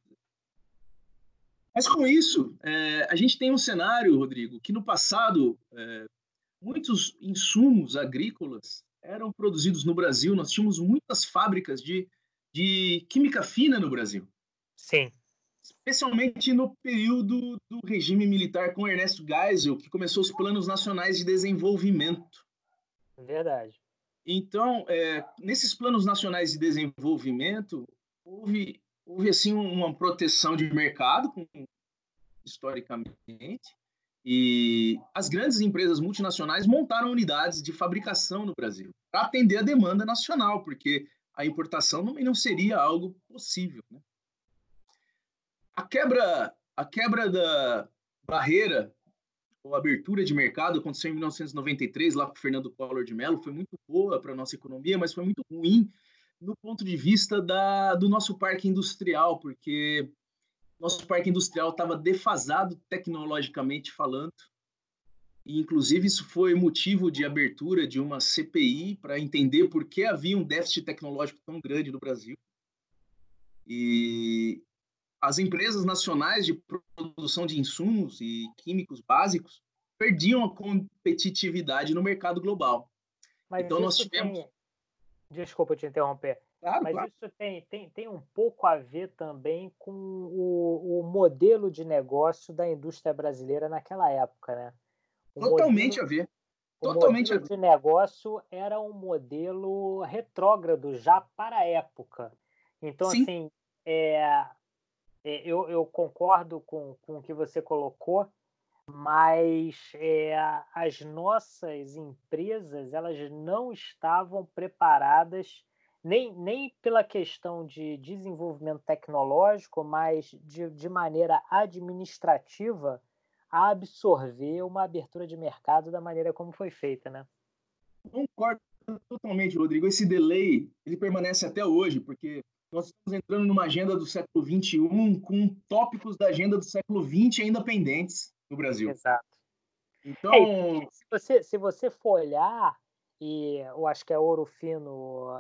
Mas com isso, a gente tem um cenário, Rodrigo, que no passado muitos insumos agrícolas eram produzidos no Brasil, nós tínhamos muitas fábricas de química fina no Brasil. Sim. Especialmente no período do regime militar com Ernesto Geisel, que começou os Planos Nacionais de Desenvolvimento. Verdade. Então, nesses Planos Nacionais de Desenvolvimento, houve assim, uma proteção de mercado, historicamente, e as grandes empresas multinacionais montaram unidades de fabricação no Brasil para atender a demanda nacional, porque a importação também não seria algo possível, né? A quebra da barreira a abertura de mercado aconteceu em 1993, lá com o Fernando Collor de Mello, foi muito boa para a nossa economia, mas foi muito ruim no ponto de vista do nosso parque industrial, porque nosso parque industrial estava defasado tecnologicamente falando, e inclusive isso foi motivo de abertura de uma CPI para entender por que havia um déficit tecnológico tão grande no Brasil. E as empresas nacionais de produção de insumos e químicos básicos perdiam a competitividade no mercado global. Mas Então nós isso tivemos... tem, desculpa te interromper, Claro, mas claro. isso tem um pouco a ver também com o modelo de negócio da indústria brasileira naquela época, né? O Totalmente modelo, a ver. o Totalmente a modelo ver. de negócio era um modelo retrógrado já para a época. Então, Sim. assim, é, eu concordo com o que você colocou, mas as nossas empresas elas não estavam preparadas nem pela questão de desenvolvimento tecnológico, mas de maneira administrativa a absorver uma abertura de mercado da maneira como foi feita, né? Concordo totalmente, Rodrigo. Esse delay, ele permanece até hoje, porque nós estamos entrando numa agenda do século XXI com tópicos da agenda do século XX ainda pendentes no Brasil. Exato. E Então, se você for olhar, e eu acho que é Ouro Fino,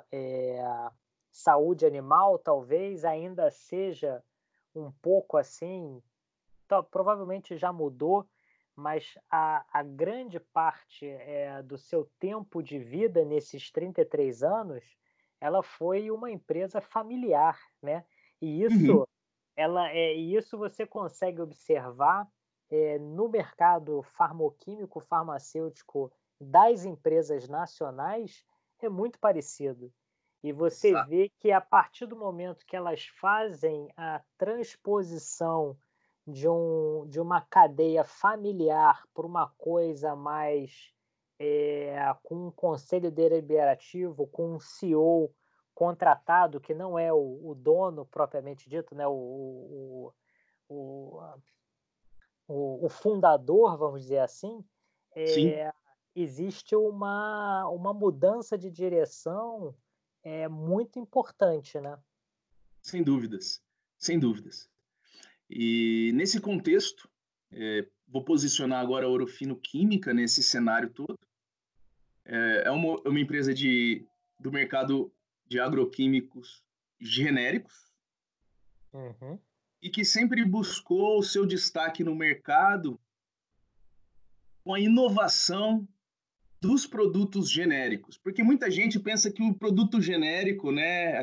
saúde animal, talvez ainda seja um pouco assim, provavelmente já mudou, mas a grande parte do seu tempo de vida nesses 33 anos, ela foi uma empresa familiar, né? E uhum, isso você consegue observar no mercado farmacêutico, farmacêutico das empresas nacionais, é muito parecido. E você exato. vê que a partir do momento que elas fazem a transposição de uma cadeia familiar para uma coisa mais com um conselho deliberativo, com um CEO contratado, que não é o dono propriamente dito, né? O, o fundador, vamos dizer assim, Sim, existe uma mudança de direção muito importante, né? sem dúvidas. Sem dúvidas. E nesse contexto, vou posicionar agora a Orofino Química nesse cenário todo. É uma empresa do mercado de agroquímicos genéricos Uhum. e que sempre buscou o seu destaque no mercado com a inovação dos produtos genéricos, porque muita gente pensa que o produto genérico, né,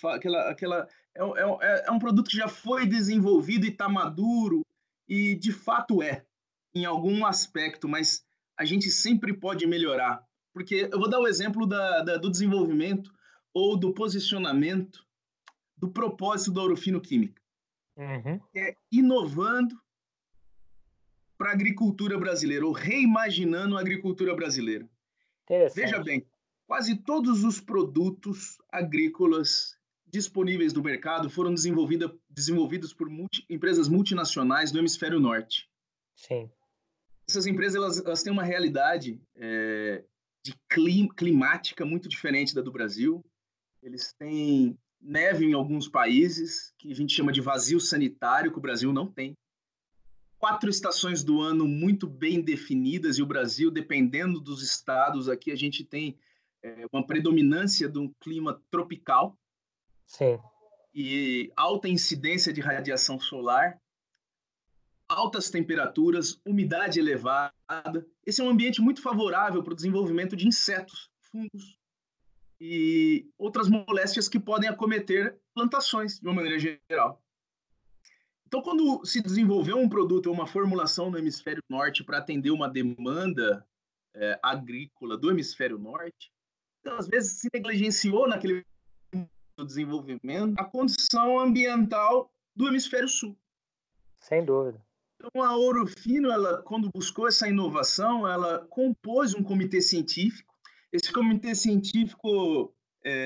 é um produto que já foi desenvolvido e está maduro, e de fato em algum aspecto, mas a gente sempre pode melhorar. Porque eu vou dar o exemplo do desenvolvimento ou do posicionamento do propósito da Ourofino Química, Uhum. que é inovando para a agricultura brasileira, ou reimaginando a agricultura brasileira. Veja Interessante. bem, quase todos os produtos agrícolas disponíveis no mercado foram desenvolvidos por empresas multinacionais do hemisfério norte. Sim. Essas empresas elas têm uma realidade de climática muito diferente da do Brasil. Eles têm neve em alguns países, que a gente chama de vazio sanitário, que o Brasil não tem. 4 estações do ano muito bem definidas, e o Brasil, dependendo dos estados, aqui a gente tem uma predominância de um clima tropical Sim. e alta incidência de radiação solar, altas temperaturas, umidade elevada. Esse é um ambiente muito favorável para o desenvolvimento de insetos, fungos e outras moléstias que podem acometer plantações, de uma maneira geral. Então, quando se desenvolveu um produto ou uma formulação no hemisfério norte para atender uma demanda agrícola do hemisfério norte, então, às vezes se negligenciou naquele desenvolvimento a condição ambiental do hemisfério sul. Sem dúvida. Então, a Ouro Fino, ela, quando buscou essa inovação, ela compôs um comitê científico. Esse comitê científico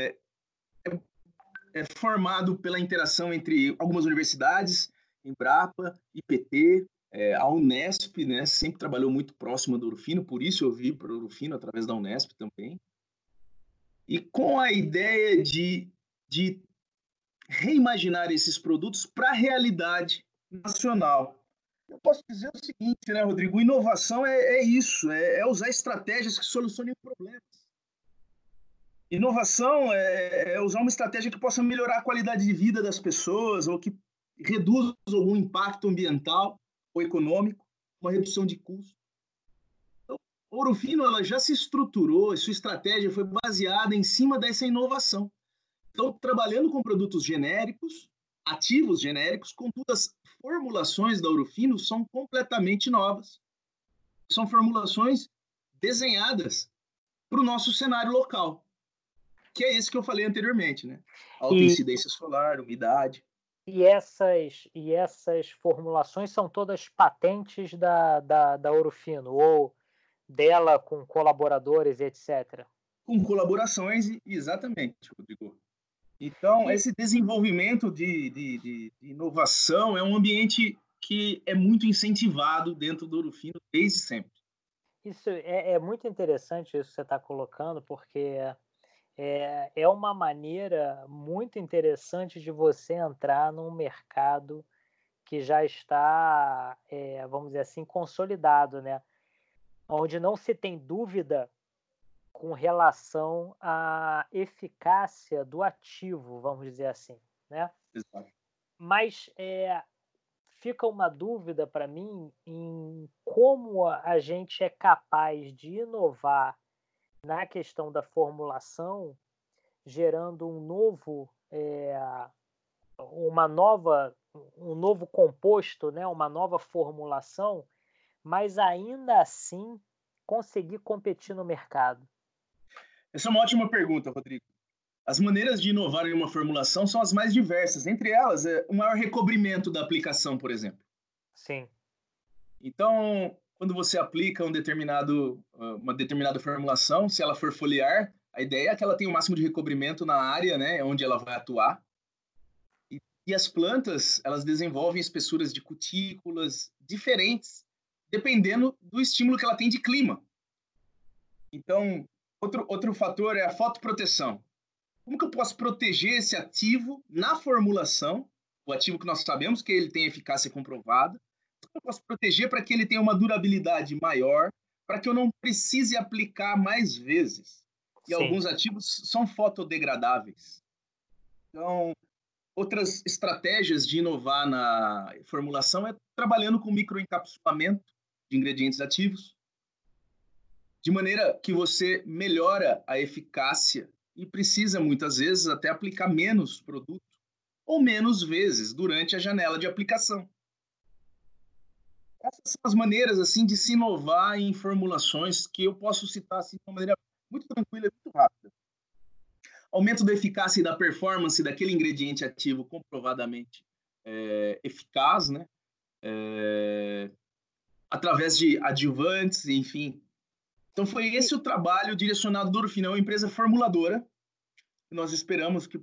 é formado pela interação entre algumas universidades, Embrapa, IPT, A Unesp, né, sempre trabalhou muito próxima do Ouro Fino, por isso eu vim para o Ouro Fino através da Unesp também. E com a ideia de reimaginar esses produtos para a realidade nacional. Eu posso dizer o seguinte, né, Rodrigo? Inovação é isso, é usar estratégias que solucionem problemas. Inovação é usar uma estratégia que possa melhorar a qualidade de vida das pessoas ou que reduza algum impacto ambiental ou econômico, uma redução de custos. Então, Ouro Fino ela já se estruturou, sua estratégia foi baseada em cima dessa inovação. Então, trabalhando com produtos genéricos, ativos genéricos, contudo, as formulações da Ouro Fino são completamente novas. São formulações desenhadas para o nosso cenário local, que é esse que eu falei anteriormente, né? Alta E, incidência solar, umidade. e essas formulações são todas patentes da Ouro Fino, ou dela com colaboradores, etc. Com colaborações, exatamente, Rodrigo. Então, E esse desenvolvimento de inovação é um ambiente que é muito incentivado dentro do Ouro Fino desde sempre. isso é muito interessante isso que você está colocando, porque é uma maneira muito interessante de você entrar num mercado que já está, vamos dizer assim, consolidado, né? Onde não se tem dúvida com relação à eficácia do ativo, vamos dizer assim, né? Exato. Mas fica uma dúvida para mim em como a gente é capaz de inovar na questão da formulação, gerando um novo composto, né? Uma nova formulação, mas ainda assim conseguir competir no mercado. Essa é uma ótima pergunta, Rodrigo. As maneiras de inovar em uma formulação são as mais diversas. Entre elas, o maior recobrimento da aplicação, por exemplo. Sim, Então, quando você aplica uma determinada formulação, se ela for foliar, a ideia é que ela tenha o máximo de recobrimento na área, né, onde ela vai atuar. E as plantas, elas desenvolvem espessuras de cutículas diferentes, dependendo do estímulo que ela tem de clima. Então, outro fator é a fotoproteção. Como que eu posso proteger esse ativo na formulação, o ativo que nós sabemos que ele tem eficácia comprovada? Como eu posso proteger para que ele tenha uma durabilidade maior, para que eu não precise aplicar mais vezes? E sim. alguns ativos são fotodegradáveis. Então, outras estratégias de inovar na formulação é trabalhando com microencapsulamento de ingredientes ativos, de maneira que você melhora a eficácia e precisa muitas vezes até aplicar menos produto ou menos vezes durante a janela de aplicação. Essas são as maneiras assim de se inovar em formulações que eu posso citar assim de uma maneira muito tranquila e muito rápida. Aumento da eficácia e da performance daquele ingrediente ativo comprovadamente eficaz, né? Através de adjuvantes, enfim. Então foi E, esse o trabalho direcionado do Urfinão, empresa formuladora. Nós esperamos que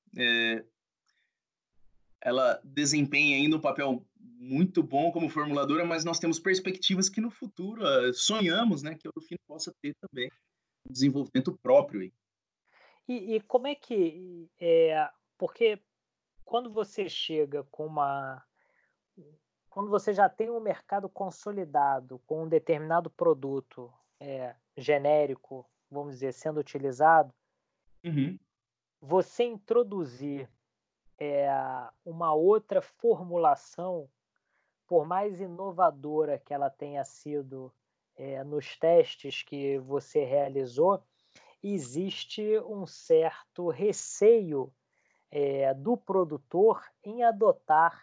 ela desempenhe ainda um papel muito bom como formuladora, mas nós temos perspectivas que no futuro sonhamos, né, que a Urfino possa ter também um desenvolvimento próprio aí. e como é que porque quando você chega com uma quando você já tem um mercado consolidado com um determinado produto genérico, vamos dizer, sendo utilizado, Uhum. você introduzir uma outra formulação, por mais inovadora que ela tenha sido nos testes que você realizou, existe um certo receio do produtor em adotar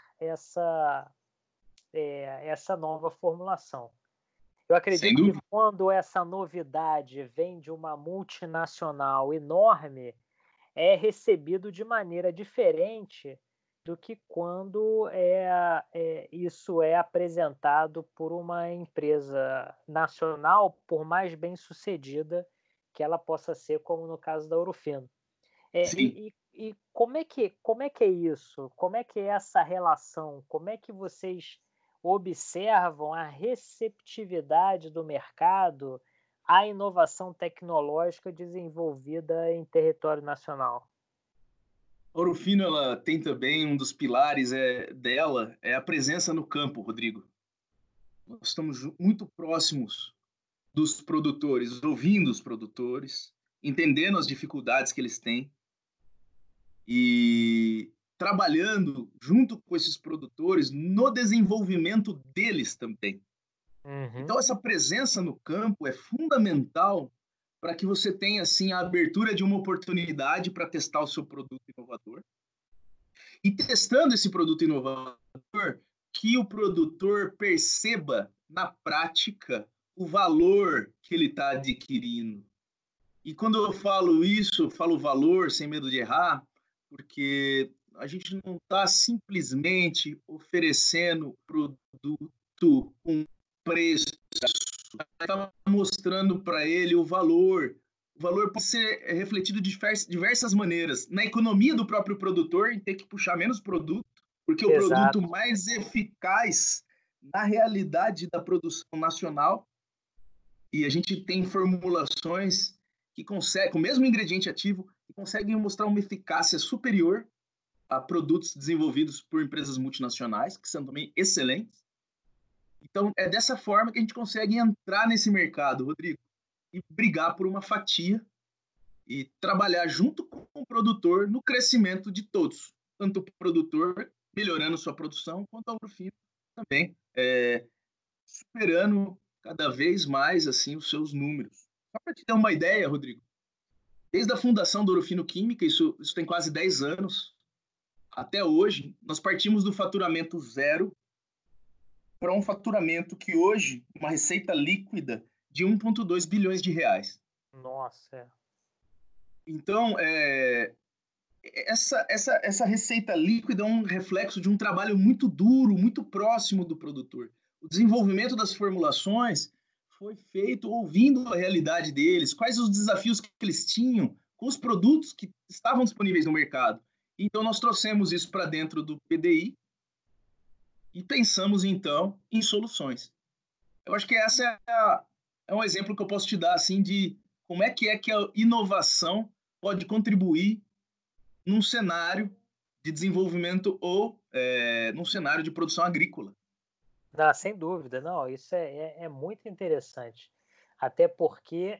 essa nova formulação. Eu Sem acredito que dúvida. quando essa novidade vem de uma multinacional enorme, é recebido de maneira diferente do que quando isso é apresentado por uma empresa nacional, por mais bem-sucedida que ela possa ser, como no caso da Ouro Fino. Sim. E como é que é isso? Como é que é essa relação? Como é que vocês observam a receptividade do mercado à inovação tecnológica desenvolvida em território nacional? A Ouro Fino, ela tem também um dos pilares dela é a presença no campo, Rodrigo. Nós estamos muito próximos dos produtores, ouvindo os produtores, entendendo as dificuldades que eles têm e trabalhando junto com esses produtores no desenvolvimento deles também. Uhum. Então, essa presença no campo é fundamental para que você tenha assim a abertura de uma oportunidade para testar o seu produto inovador. E testando esse produto inovador, que o produtor perceba na prática o valor que ele está adquirindo. E quando eu falo isso, eu falo valor sem medo de errar, porque a gente não está simplesmente oferecendo produto com preço, está mostrando para ele o valor. O valor pode ser refletido de diversas maneiras. Na economia do próprio produtor, em ter que puxar menos produto, porque o Exato. produto mais eficaz na realidade da produção nacional, e a gente tem formulações que conseguem, com o mesmo ingrediente ativo, que conseguem mostrar uma eficácia superior a produtos desenvolvidos por empresas multinacionais, que são também excelentes. Então, é dessa forma que a gente consegue entrar nesse mercado, Rodrigo, e brigar por uma fatia e trabalhar junto com o produtor no crescimento de todos, tanto o produtor melhorando sua produção, quanto a Ouro Fino também superando cada vez mais assim os seus números. Só para te ter uma ideia, Rodrigo, desde a fundação do Ouro Fino Química, isso tem quase 10 anos, até hoje, nós partimos do faturamento zero para um faturamento que hoje, uma receita líquida de 1,2 bilhões de reais. Nossa. Então, essa receita líquida é um reflexo de um trabalho muito duro, muito próximo do produtor. O desenvolvimento das formulações foi feito ouvindo a realidade deles, quais os desafios que eles tinham com os produtos que estavam disponíveis no mercado. Então, nós trouxemos isso para dentro do PDI e pensamos, então, em soluções. Eu acho que essa é um exemplo que eu posso te dar assim, de como é que a inovação pode contribuir num cenário de desenvolvimento ou num cenário de produção agrícola. Não, sem dúvida, não, isso é muito interessante. Até porque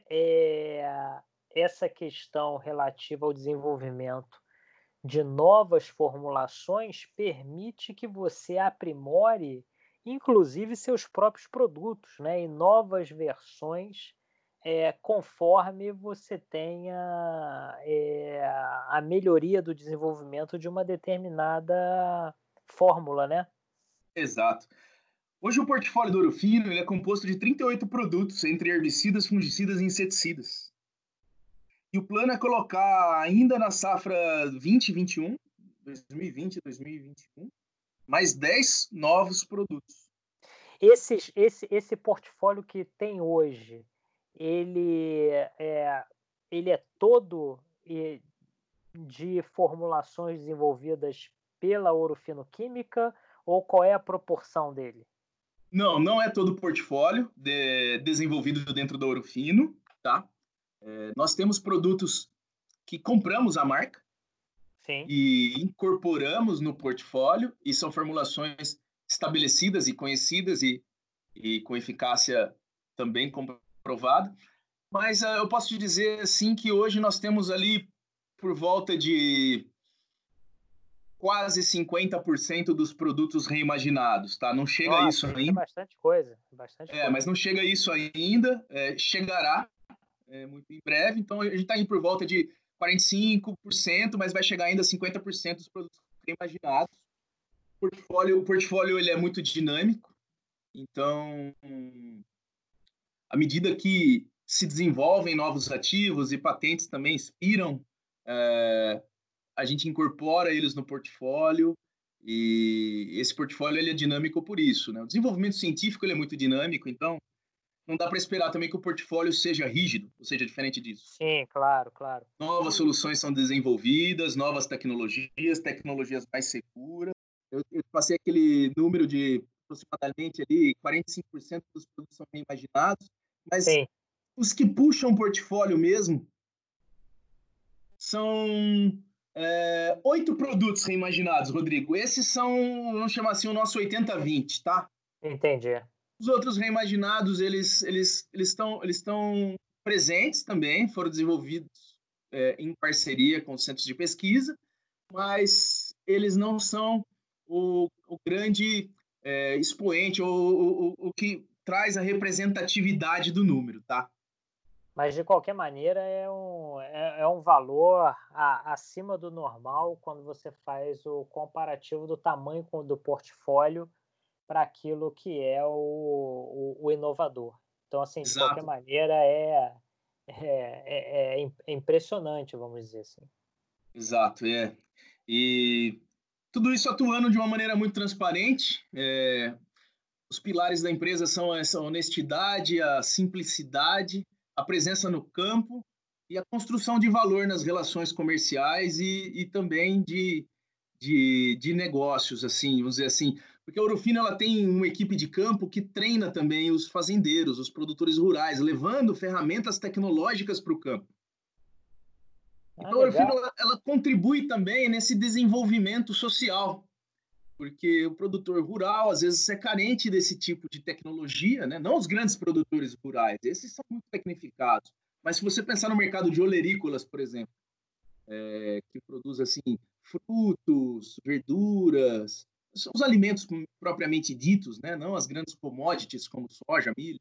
essa questão relativa ao desenvolvimento de novas formulações permite que você aprimore, inclusive, seus próprios produtos, né, em novas versões, conforme você tenha, a melhoria do desenvolvimento de uma determinada fórmula, né? Exato. Hoje o portfólio do Ouro Fino ele é composto de 38 produtos, entre herbicidas, fungicidas e inseticidas. E o plano é colocar ainda na safra 2021, 2020 2021, mais 10 novos produtos. Esse portfólio que tem hoje, ele é, ele é todo de formulações desenvolvidas pela Ouro Fino Química ou qual é a proporção dele? Não, não é todo o portfólio desenvolvido dentro do Ouro Fino, tá? Nós temos produtos que compramos a marca Sim. e incorporamos no portfólio e são formulações estabelecidas e conhecidas e com eficácia também comprovada. Mas eu posso te dizer assim que hoje nós temos ali por volta de quase 50% dos produtos reimaginados, tá? Não chega a isso Nossa, isso é ainda, bastante coisa, bastante mas coisa. não chega a isso ainda, chegará muito em breve, então a gente está indo por volta de 45%, mas vai chegar ainda a 50% dos produtos reimaginados. O portfólio ele é muito dinâmico, então, à medida que se desenvolvem novos ativos e patentes também expiram, a gente incorpora eles no portfólio e esse portfólio ele é dinâmico por isso, né? O desenvolvimento científico ele é muito dinâmico, então não dá para esperar também que o portfólio seja rígido, ou seja, diferente disso. Sim, claro, claro. Novas soluções são desenvolvidas, novas tecnologias mais seguras. Eu passei aquele número de aproximadamente ali 45% dos produtos são reimaginados, mas Sim, os que puxam o portfólio mesmo são 8 produtos reimaginados, Rodrigo. Esses são, vamos chamar assim, o nosso 80-20, tá? entendi. Os outros reimaginados, eles estão presentes também, foram desenvolvidos em parceria com os centros de pesquisa, mas eles não são o grande expoente ou o que traz a representatividade do número, tá? Mas, de qualquer maneira, é um valor acima do normal quando você faz o comparativo do tamanho do portfólio para aquilo que é o inovador. Então, assim, de qualquer Exato, maneira, é impressionante, vamos dizer assim. exato, E tudo isso atuando de uma maneira muito transparente. Os pilares da empresa são essa honestidade, a simplicidade, a presença no campo e a construção de valor nas relações comerciais e também de negócios, assim, vamos dizer assim. Porque a Ouro Fino ela tem uma equipe de campo que treina também os fazendeiros, os produtores rurais, levando ferramentas tecnológicas para o campo. Ah, Então, a Ouro Fino legal. ela contribui também nesse desenvolvimento social, porque o produtor rural às vezes é carente desse tipo de tecnologia, né? Não os grandes produtores rurais, esses são muito tecnificados. Mas se você pensar no mercado de olerícolas, por exemplo, que produz assim frutos, verduras, são os alimentos propriamente ditos, né? Não as grandes commodities como soja, milho.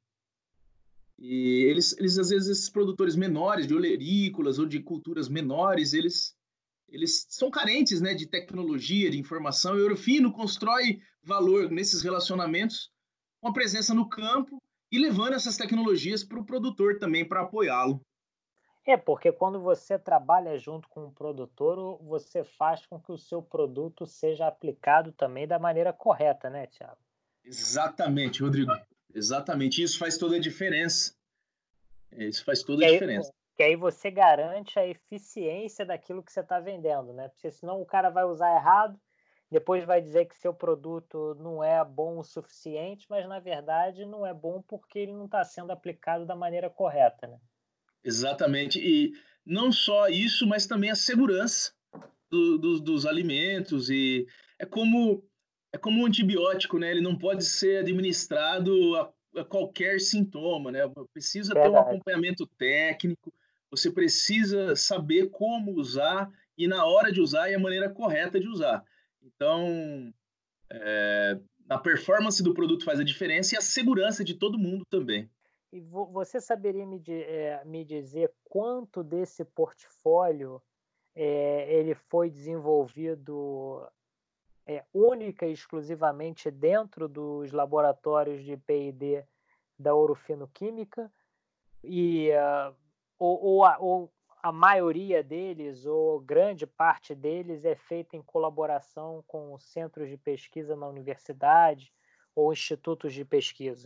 E eles às vezes esses produtores menores de olerícolas ou de culturas menores, eles são carentes, né, de tecnologia, de informação. E o Eurofino constrói valor nesses relacionamentos com a presença no campo e levando essas tecnologias para o produtor também, para apoiá-lo. É, porque quando você trabalha junto com o produtor, você faz com que o seu produto seja aplicado também da maneira correta, né, Thiago? Exatamente, Rodrigo. Exatamente. Isso faz toda a diferença. Isso faz toda Que a aí, diferença. que aí você garante a eficiência daquilo que você está vendendo, né? Porque senão o cara vai usar errado, depois vai dizer que seu produto não é bom o suficiente, mas na verdade não é bom porque ele não está sendo aplicado da maneira correta, né? Exatamente. E não só isso, mas também a segurança dos alimentos. E é como, é como um antibiótico, né? Ele não pode ser administrado a qualquer sintoma, né? Precisa ter um Verdade. acompanhamento técnico, você precisa saber como usar e na hora de usar e a maneira correta de usar. Então, a performance do produto faz a diferença e a segurança de todo mundo também. E você saberia me dizer quanto desse portfólio ele foi desenvolvido única e exclusivamente dentro dos laboratórios de P&D da Ouro Fino Química e ou a maioria deles ou grande parte deles é feita em colaboração com centros de pesquisa na universidade ou institutos de pesquisa?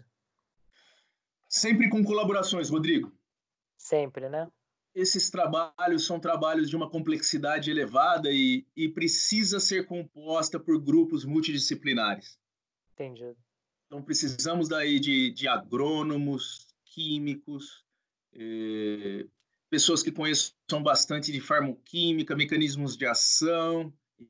Sempre com colaborações, Rodrigo. Sempre, né? Esses trabalhos são trabalhos de uma complexidade elevada e precisa ser composta por grupos multidisciplinares. Entendido. Então, precisamos daí de agrônomos, químicos, pessoas que conheçam bastante de farmoquímica, mecanismos de ação.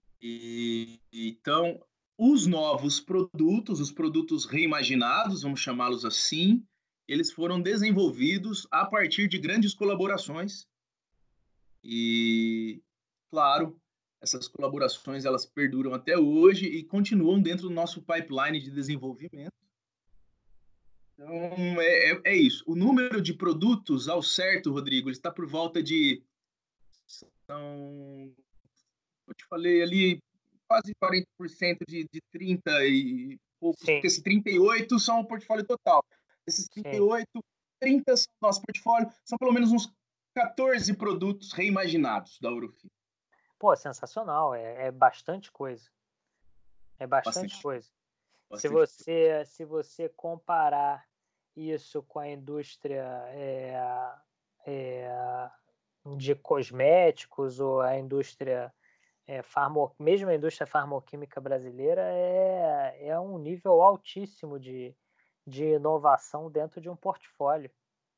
Então, os novos produtos, os produtos reimaginados, vamos chamá-los assim, eles foram desenvolvidos a partir de grandes colaborações e, claro, essas colaborações elas perduram até hoje e continuam dentro do nosso pipeline de desenvolvimento. Então, é isso. O número de produtos ao certo, Rodrigo, ele está por volta de. São, eu te falei ali, quase 40% de 30 e poucos, porque Sim, esses 38 são o portfólio total. Esses sim. 38, 30 são nosso portfólio, são pelo menos uns 14 produtos reimaginados da Urufino. Pô, sensacional, é bastante coisa. É bastante Bastante, coisa. Se bastante. você comparar isso com a indústria é, de cosméticos ou a indústria mesmo a indústria farmacêutica brasileira é um nível altíssimo de inovação dentro de um portfólio.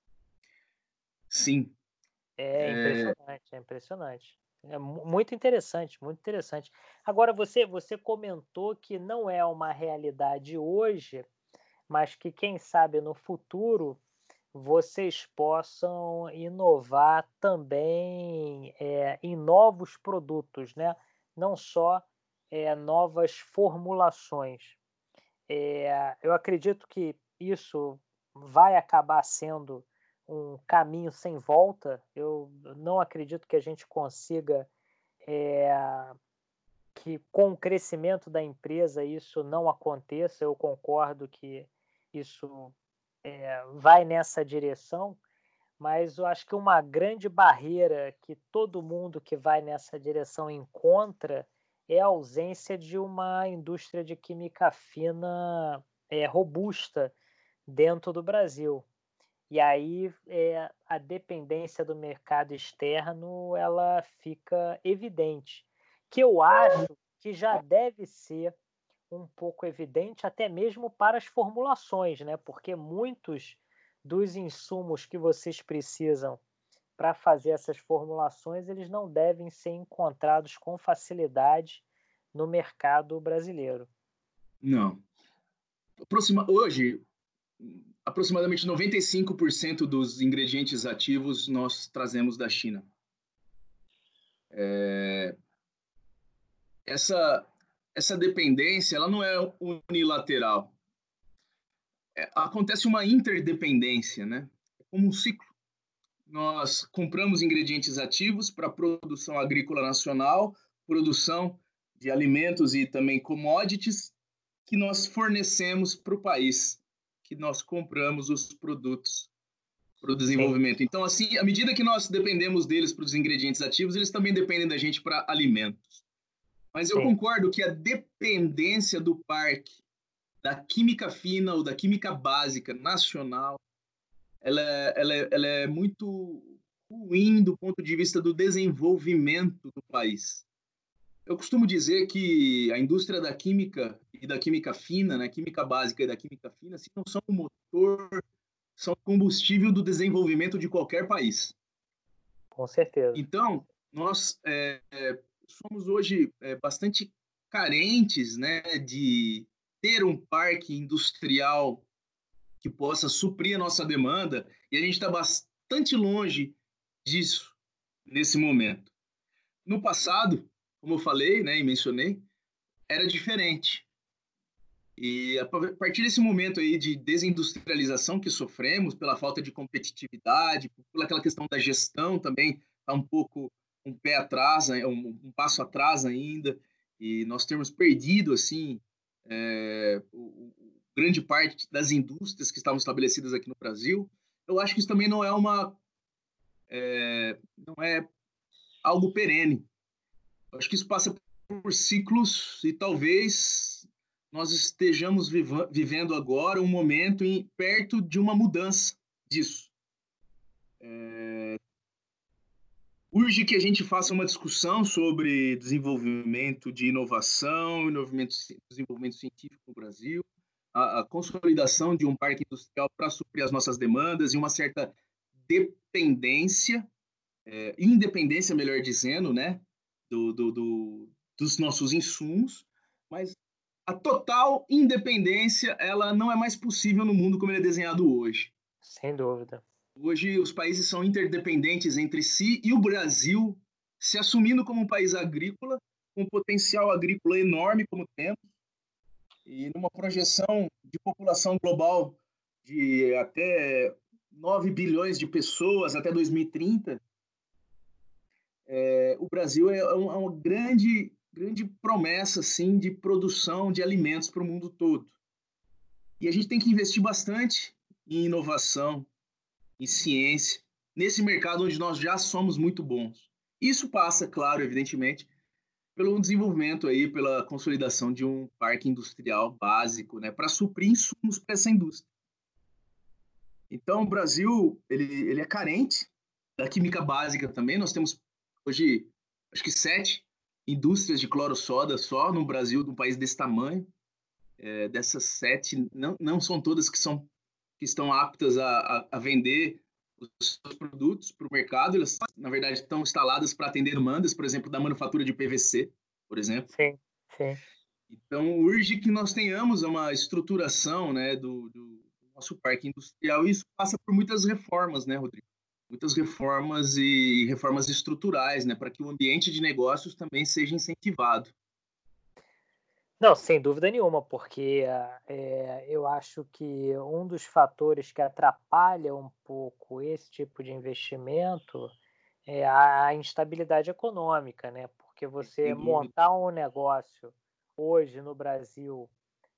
Sim. É impressionante, é impressionante. É muito interessante, muito interessante. Agora, você comentou que não é uma realidade hoje, mas que, quem sabe, no futuro vocês possam inovar também em novos produtos, né? Não só novas formulações. Eu acredito que isso vai acabar sendo um caminho sem volta. Eu não acredito que a gente consiga, eh, que com o crescimento da empresa isso não aconteça. Eu concordo que isso vai nessa direção, mas eu acho que uma grande barreira que todo mundo que vai nessa direção encontra é a ausência de uma indústria de química fina robusta dentro do Brasil. E aí a dependência do mercado externo ela fica evidente, que eu acho que já deve ser um pouco evidente até mesmo para as formulações, né? Porque muitos dos insumos que vocês precisam para fazer essas formulações, eles não devem ser encontrados com facilidade no mercado brasileiro. Não. Hoje, aproximadamente 95% dos ingredientes ativos nós trazemos da China. Essa dependência ela não é unilateral. Acontece uma interdependência, né? É como um ciclo. Nós compramos ingredientes ativos para a produção agrícola nacional, produção de alimentos e também commodities que nós fornecemos para o país, que nós compramos os produtos para o Sim, desenvolvimento. Então, assim, à medida que nós dependemos deles para os ingredientes ativos, eles também dependem da gente para alimentos. Mas eu sim, concordo que a dependência do parque, da química fina ou da química básica nacional, ela é muito ruim do ponto de vista do desenvolvimento do país. Eu costumo dizer que a indústria da química e da química fina, né, química básica e da química fina, assim, não são o motor, são o combustível do desenvolvimento de qualquer país. com certeza. Então, nós somos hoje bastante carentes, né, de ter um parque industrial que possa suprir a nossa demanda, e a gente está bastante longe disso nesse momento. No passado, como eu falei, né, e mencionei, era diferente. E a partir desse momento aí de desindustrialização que sofremos, pela falta de competitividade, pela aquela questão da gestão também, está um pouco um pé atrás, um passo atrás ainda, e nós temos perdido, assim, grande parte das indústrias que estavam estabelecidas aqui no Brasil. Eu acho que isso também não é algo perene. Eu acho que isso passa por ciclos e talvez nós estejamos vivendo agora um momento perto de uma mudança disso. Urge que a gente faça uma discussão sobre desenvolvimento de inovação, desenvolvimento científico no Brasil, a consolidação de um parque industrial para suprir as nossas demandas e uma certa dependência, independência, melhor dizendo, né, dos nossos insumos, mas a total independência ela não é mais possível no mundo como ele é desenhado hoje. Sem dúvida. Hoje os países são interdependentes entre si e o Brasil, se assumindo como um país agrícola, com um potencial agrícola enorme como temos, e numa projeção de população global de até 9 bilhões de pessoas até 2030, o Brasil é uma grande promessa assim, de produção de alimentos para o mundo todo. E a gente tem que investir bastante em inovação, em ciência, nesse mercado onde nós já somos muito bons. Isso passa, claro, evidentemente, pelo desenvolvimento aí, pela consolidação de um parque industrial básico, né, para suprir insumos para essa indústria. Então, o Brasil ele é carente da química básica também. Nós temos hoje, acho que 7 indústrias de cloro-soda só no Brasil, num país desse tamanho. Dessas 7, não são todas que estão aptas a vender os seus produtos para o mercado. Elas, na verdade, estão instaladas para atender demandas, por exemplo, da manufatura de PVC, por exemplo. Sim, sim. Então, urge que nós tenhamos uma estruturação, né, do nosso parque industrial, e isso passa por muitas reformas, né, Rodrigo? Muitas reformas e reformas estruturais, né, para que o ambiente de negócios também seja incentivado. Não, sem dúvida nenhuma, porque eu acho que um dos fatores que atrapalha um pouco esse tipo de investimento é a instabilidade econômica, né? Porque você Sem dúvida. montar um negócio hoje no Brasil,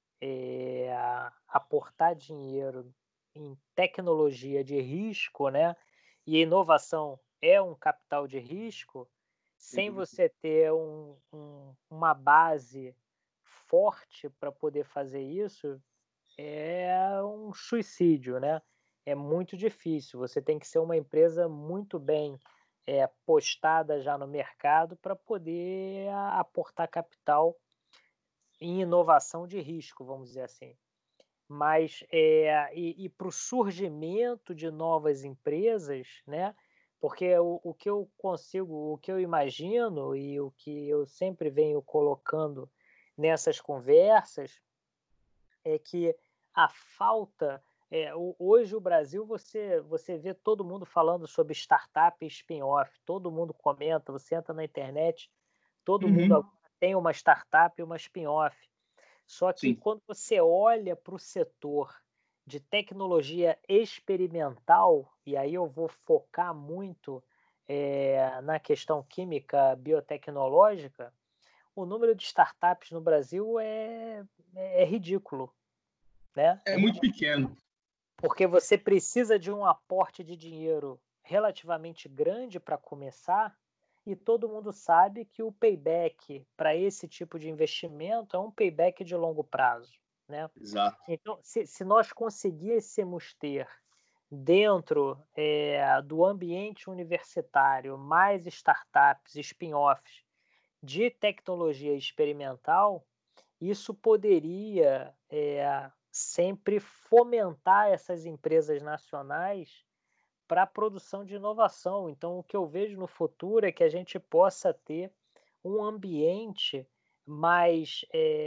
aportar dinheiro em tecnologia de risco, né? E inovação é um capital de risco, Sem sem dúvida. você ter uma base forte para poder fazer isso, é um suicídio, né? É muito difícil. Você tem que ser uma empresa muito bem postada já no mercado para poder aportar capital em inovação de risco, vamos dizer assim. Mas para o surgimento de novas empresas, né? Porque o que eu consigo, o que eu imagino e o que eu sempre venho colocando nessas conversas é que a falta. Hoje o Brasil, você vê todo mundo falando sobre startup e spin-off, todo mundo comenta, você entra na internet, todo mundo Uhum. agora tem uma startup e uma spin-off. Só que Sim. quando você olha para o setor de tecnologia experimental, e aí eu vou focar muito na questão química biotecnológica, o número de startups no Brasil é ridículo, né? É muito pequeno. Porque você precisa de um aporte de dinheiro relativamente grande para começar, e todo mundo sabe que o payback para esse tipo de investimento é um payback de longo prazo, né? Exato. Então, se nós conseguíssemos ter dentro do ambiente universitário mais startups, spin-offs de tecnologia experimental, isso poderia sempre fomentar essas empresas nacionais para a produção de inovação. Então, o que eu vejo no futuro é que a gente possa ter um ambiente mais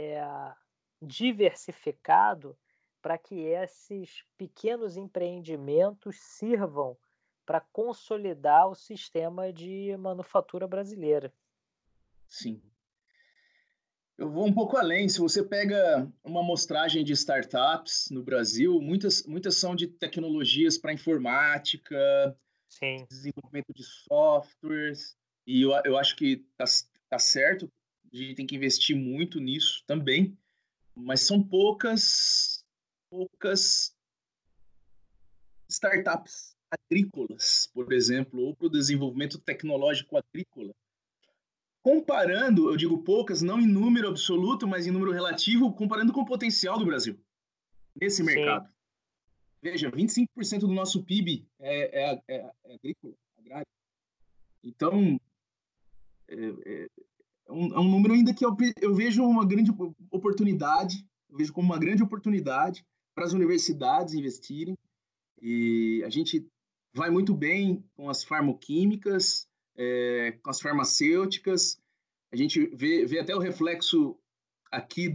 diversificado para que esses pequenos empreendimentos sirvam para consolidar o sistema de manufatura brasileira. Sim. Eu vou um pouco além. Se você pega uma amostragem de startups no Brasil, muitas são de tecnologias para informática, Sim, desenvolvimento de softwares, e eu acho que tá certo, a gente tem que investir muito nisso também, mas são poucas startups agrícolas, por exemplo, ou para o desenvolvimento tecnológico agrícola. Comparando, eu digo poucas, não em número absoluto, mas em número relativo, comparando com o potencial do Brasil nesse sim. mercado. Veja, 25% do nosso PIB é agrícola, agrário. Então, é um número ainda que eu vejo uma grande oportunidade, eu vejo como uma grande oportunidade para as universidades investirem. E a gente vai muito bem com as farmoquímicas, com as farmacêuticas. A gente vê até o reflexo aqui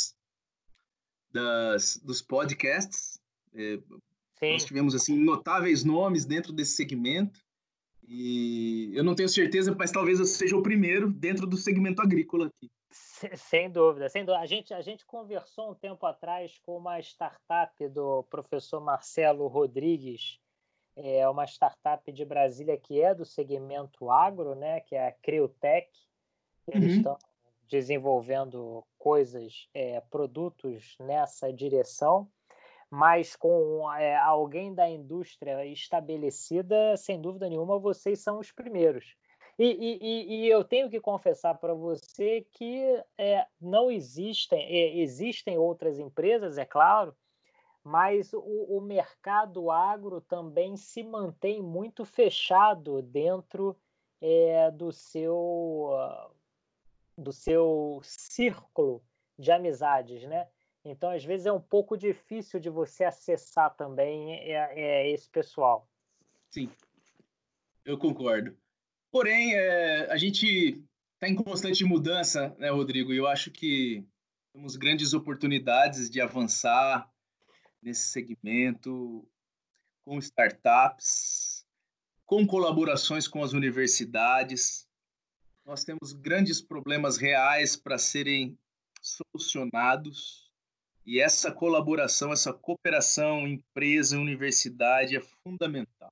dos podcasts. É, nós Sim, tivemos assim notáveis nomes dentro desse segmento. E eu não tenho certeza, mas talvez eu seja o primeiro dentro do segmento agrícola aqui. sem dúvida, sem dúvida. A gente conversou um tempo atrás com uma startup do professor Marcelo Rodrigues, uma startup de Brasília que é do segmento agro, né, que é a Criotech. Eles Uhum. estão desenvolvendo coisas, produtos nessa direção, mas com alguém da indústria estabelecida, sem dúvida nenhuma, vocês são os primeiros. E eu tenho que confessar para você que não existem outras empresas, é claro, mas o mercado agro também se mantém muito fechado dentro do seu do seu círculo de amizades, né? Então, às vezes, é um pouco difícil de você acessar também esse pessoal. Sim, eu concordo. Porém, a gente está em constante mudança, né, Rodrigo? E eu acho que temos grandes oportunidades de avançar nesse segmento com startups, com colaborações com as universidades. Nós temos grandes problemas reais para serem solucionados. E essa colaboração, essa cooperação empresa-universidade é fundamental.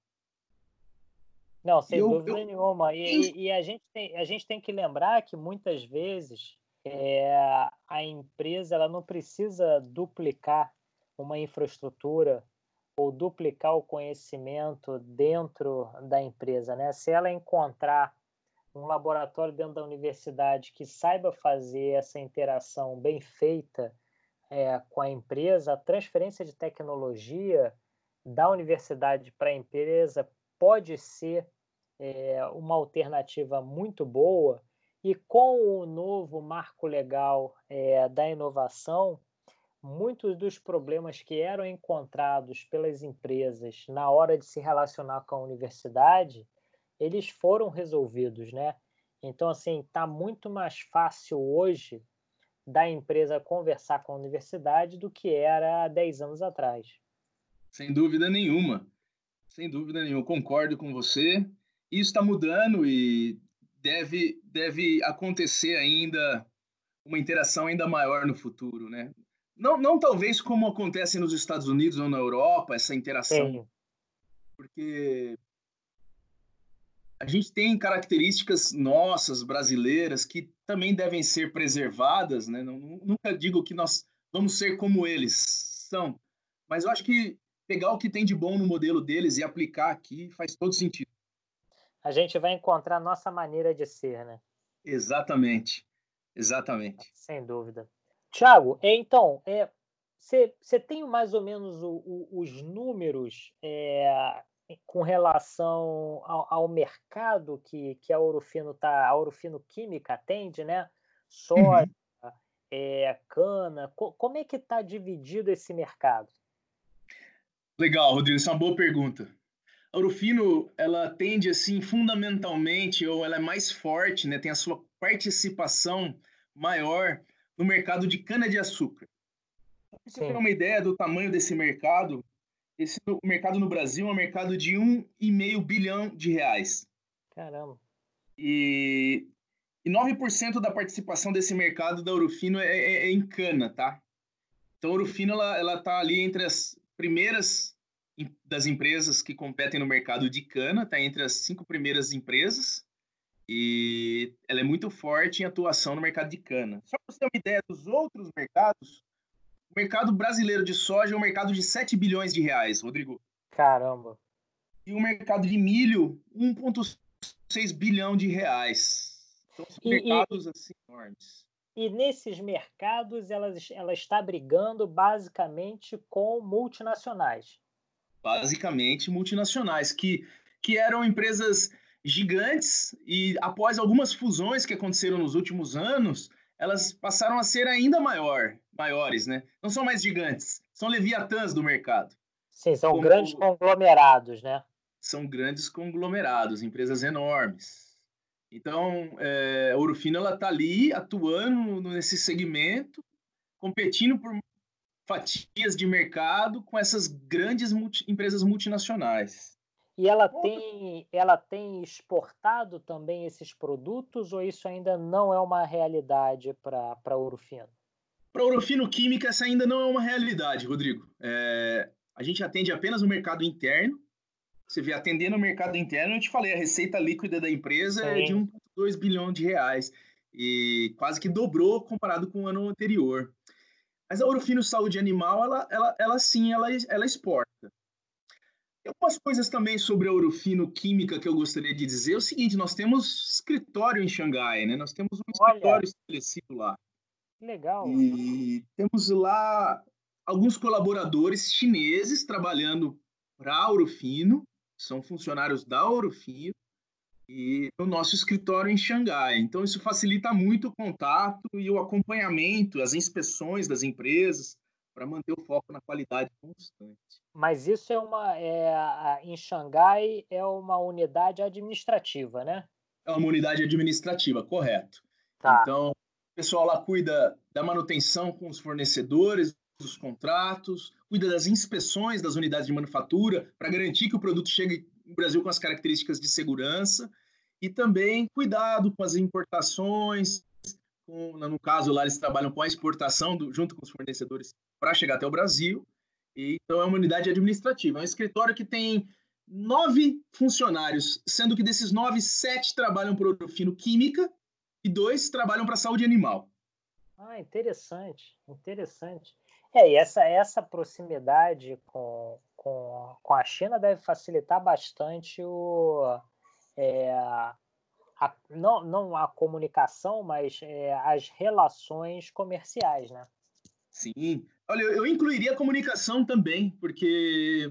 Não, E sem dúvida nenhuma. penso, E a gente tem que lembrar que muitas vezes a empresa ela não precisa duplicar uma infraestrutura ou duplicar o conhecimento dentro da empresa, né? Se ela encontrar um laboratório dentro da universidade que saiba fazer essa interação bem feita com a empresa, a transferência de tecnologia da universidade para a empresa pode ser uma alternativa muito boa, e com o novo marco legal da inovação, muitos dos problemas que eram encontrados pelas empresas na hora de se relacionar com a universidade, eles foram resolvidos, né? Então, assim, está muito mais fácil hoje da empresa conversar com a universidade do que era há 10 anos atrás. sem dúvida nenhuma, sem dúvida nenhuma, concordo com você. Isso está mudando e deve acontecer ainda uma interação ainda maior no futuro, né? Não talvez como acontece nos Estados Unidos ou na Europa, essa interação, Sim. porque a gente tem características nossas, brasileiras, que também devem ser preservadas, né? Nunca digo que nós vamos ser como eles são, mas eu acho que pegar o que tem de bom no modelo deles e aplicar aqui faz todo sentido. A gente vai encontrar a nossa maneira de ser, né? Exatamente, exatamente. Sem dúvida. Tiago, então, você tem mais ou menos os números com relação ao mercado que a Ouro Fino Química atende, né? Soja, Uhum. cana, como é que está dividido esse mercado? Legal, Rodrigo, isso é uma boa pergunta. A Ourofino, ela tende assim fundamentalmente, ou ela é mais forte, né, tem a sua participação maior no mercado de cana-de-açúcar. Para você ter Sim, uma ideia do tamanho desse mercado, esse mercado no Brasil é um mercado de 1,5 bilhão de reais. caramba. E, e 9% da participação desse mercado da Ourofino é em cana, tá? Então a Ourofino ela tá ali entre as primeiras das empresas que competem no mercado de cana, está entre as 5 primeiras empresas e ela é muito forte em atuação no mercado de cana. Só para você ter uma ideia dos outros mercados, o mercado brasileiro de soja é um mercado de 7 bilhões de reais, Rodrigo. Caramba. E o mercado de milho, 1,6 bilhão de reais. Então são E, e, mercados assim enormes. e nesses mercados ela está brigando basicamente com multinacionais. Basicamente multinacionais, que eram empresas gigantes e após algumas fusões que aconteceram nos últimos anos, elas passaram a ser ainda maiores, né? Não são mais gigantes, são leviatãs do mercado, Sim, são grandes como conglomerados, né? são grandes conglomerados, empresas enormes. Então, a Ouro Fino ela está ali atuando nesse segmento, competindo por fatias de mercado com essas grandes empresas multinacionais. E ela tem exportado também esses produtos ou isso ainda não é uma realidade para Ouro Fino? Para a Ourofino Química, essa ainda não é uma realidade, Rodrigo. A gente atende apenas o mercado interno. Você vê, atendendo o mercado interno, eu te falei, a receita líquida da empresa é de Sim. 1,2 bilhão de reais e quase que dobrou comparado com o ano anterior. Mas a Ourofino Saúde Animal, ela sim, ela exporta. Tem algumas coisas também sobre a Ourofino Química que eu gostaria de dizer. É o seguinte, nós temos escritório em Xangai, né? Nós temos um Olha, escritório estabelecido lá. que legal. E temos lá alguns colaboradores chineses trabalhando para a Ourofino, são funcionários da Ourofino, e no nosso escritório em Xangai. Então, isso facilita muito o contato e o acompanhamento, as inspeções das empresas, para manter o foco na qualidade constante. Mas isso em Xangai é uma unidade administrativa, né? É uma unidade administrativa, correto. Tá. Então, o pessoal lá cuida da manutenção com os fornecedores, dos contratos, cuida das inspeções das unidades de manufatura para garantir que o produto chegue no Brasil com as características de segurança e também cuidado com as importações, no caso lá eles trabalham com a exportação junto com os fornecedores para chegar até o Brasil. E, então é uma unidade administrativa, é um escritório que tem 9 funcionários, sendo que desses 9, 7 trabalham para Ourofino Química e 2 trabalham para a saúde animal. Ah, interessante, interessante. E essa proximidade com a China deve facilitar bastante não a comunicação, mas as relações comerciais, né? Sim. Olha, eu incluiria a comunicação também, porque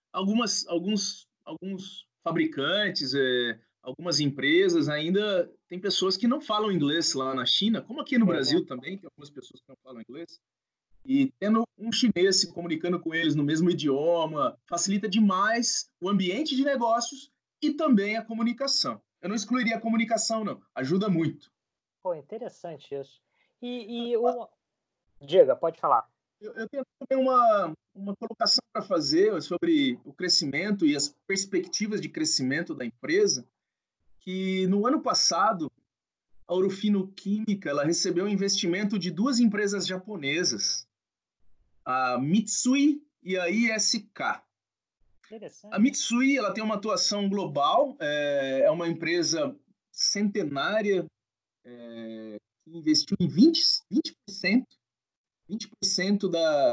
alguns fabricantes, algumas empresas ainda tem pessoas que não falam inglês lá na China, como aqui no É Brasil verdade. também, tem algumas pessoas que não falam inglês. E tendo um chinês se comunicando com eles no mesmo idioma, facilita demais o ambiente de negócios e também a comunicação. Eu não excluiria a comunicação, não. Ajuda muito. Pô, interessante isso. E uma... Diga, pode falar. Eu tenho também uma colocação para fazer sobre o crescimento e as perspectivas de crescimento da empresa, que no ano passado, a Ourofino Química ela recebeu um investimento de duas empresas japonesas, a Mitsui e a ISK. A Interessante. Mitsui ela tem uma atuação global, é uma empresa centenária que investiu em 20%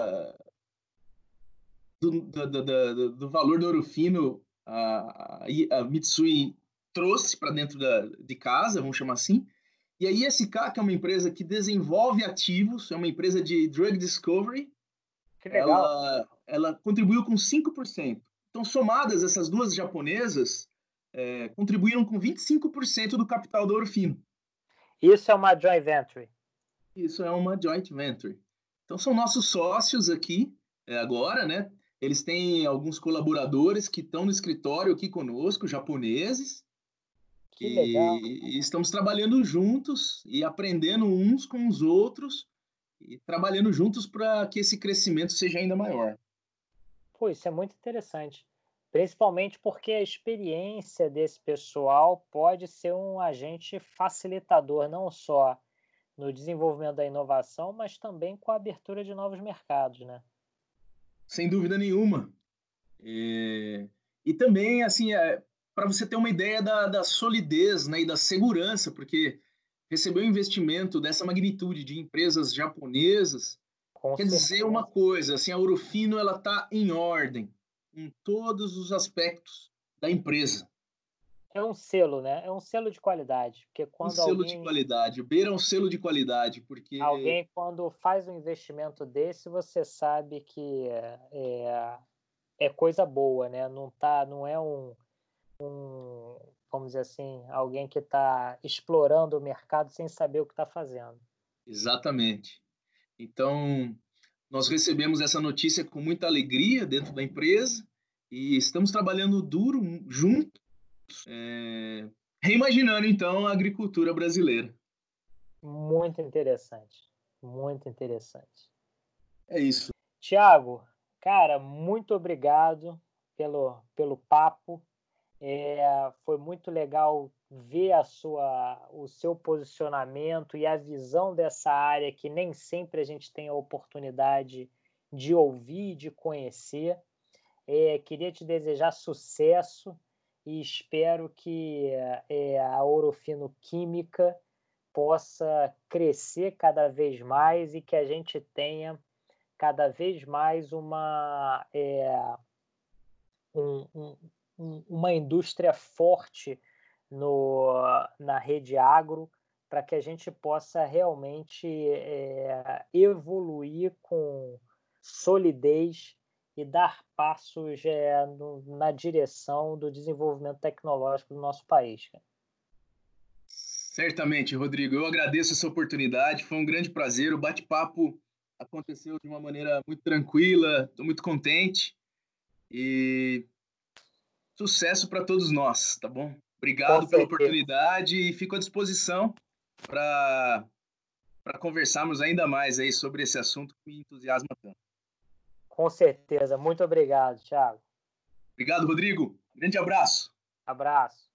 do valor do ouro fino a Mitsui trouxe para dentro de casa, vamos chamar assim. E a ISK, que é uma empresa que desenvolve ativos, é uma empresa de drug discovery, Que legal. ela contribuiu com 5%. Então, somadas, essas duas japonesas contribuíram com 25% do capital do ouro fino. Isso é uma joint venture. Isso é uma joint venture. Então, são nossos sócios aqui agora, né? Eles têm alguns colaboradores que estão no escritório aqui conosco, japoneses, Que legal. e estamos trabalhando juntos e aprendendo uns com os outros e trabalhando juntos para que esse crescimento seja ainda maior. Pô, isso é muito interessante. Principalmente porque a experiência desse pessoal pode ser um agente facilitador, não só no desenvolvimento da inovação, mas também com a abertura de novos mercados, né? Sem dúvida nenhuma. E também, assim, para você ter uma ideia da solidez, né, e da segurança, porque receber um investimento dessa magnitude de empresas japonesas Com quer dizer uma certeza. coisa, assim, a Ourofino ela está em ordem em todos os aspectos da empresa. É um selo, né? É um selo de qualidade, porque Um quando selo de qualidade, beira um selo de qualidade, porque alguém quando faz um investimento desse, você sabe que é coisa boa, né? Não é vamos dizer assim, alguém que está explorando o mercado sem saber o que está fazendo. exatamente. Então, nós recebemos essa notícia com muita alegria dentro da empresa e estamos trabalhando duro juntos, reimaginando então a agricultura brasileira. Muito interessante, muito interessante. É isso. Tiago, cara, muito obrigado pelo papo. Foi muito legal ver o seu posicionamento e a visão dessa área que nem sempre a gente tem a oportunidade de ouvir, de conhecer. Queria te desejar sucesso e espero que a Ourofino Química possa crescer cada vez mais e que a gente tenha cada vez mais uma indústria forte na rede agro, para que a gente possa realmente evoluir com solidez e dar passos na direção do desenvolvimento tecnológico do nosso país. Certamente, Rodrigo. Eu agradeço essa oportunidade. Foi um grande prazer. O bate-papo aconteceu de uma maneira muito tranquila. Estou muito contente. E sucesso para todos nós, tá bom? Com Obrigado pela certeza. oportunidade e fico à disposição para conversarmos ainda mais aí sobre esse assunto que me entusiasma tanto. Com certeza. Muito obrigado, Thiago. Obrigado, Rodrigo. Grande abraço. Abraço.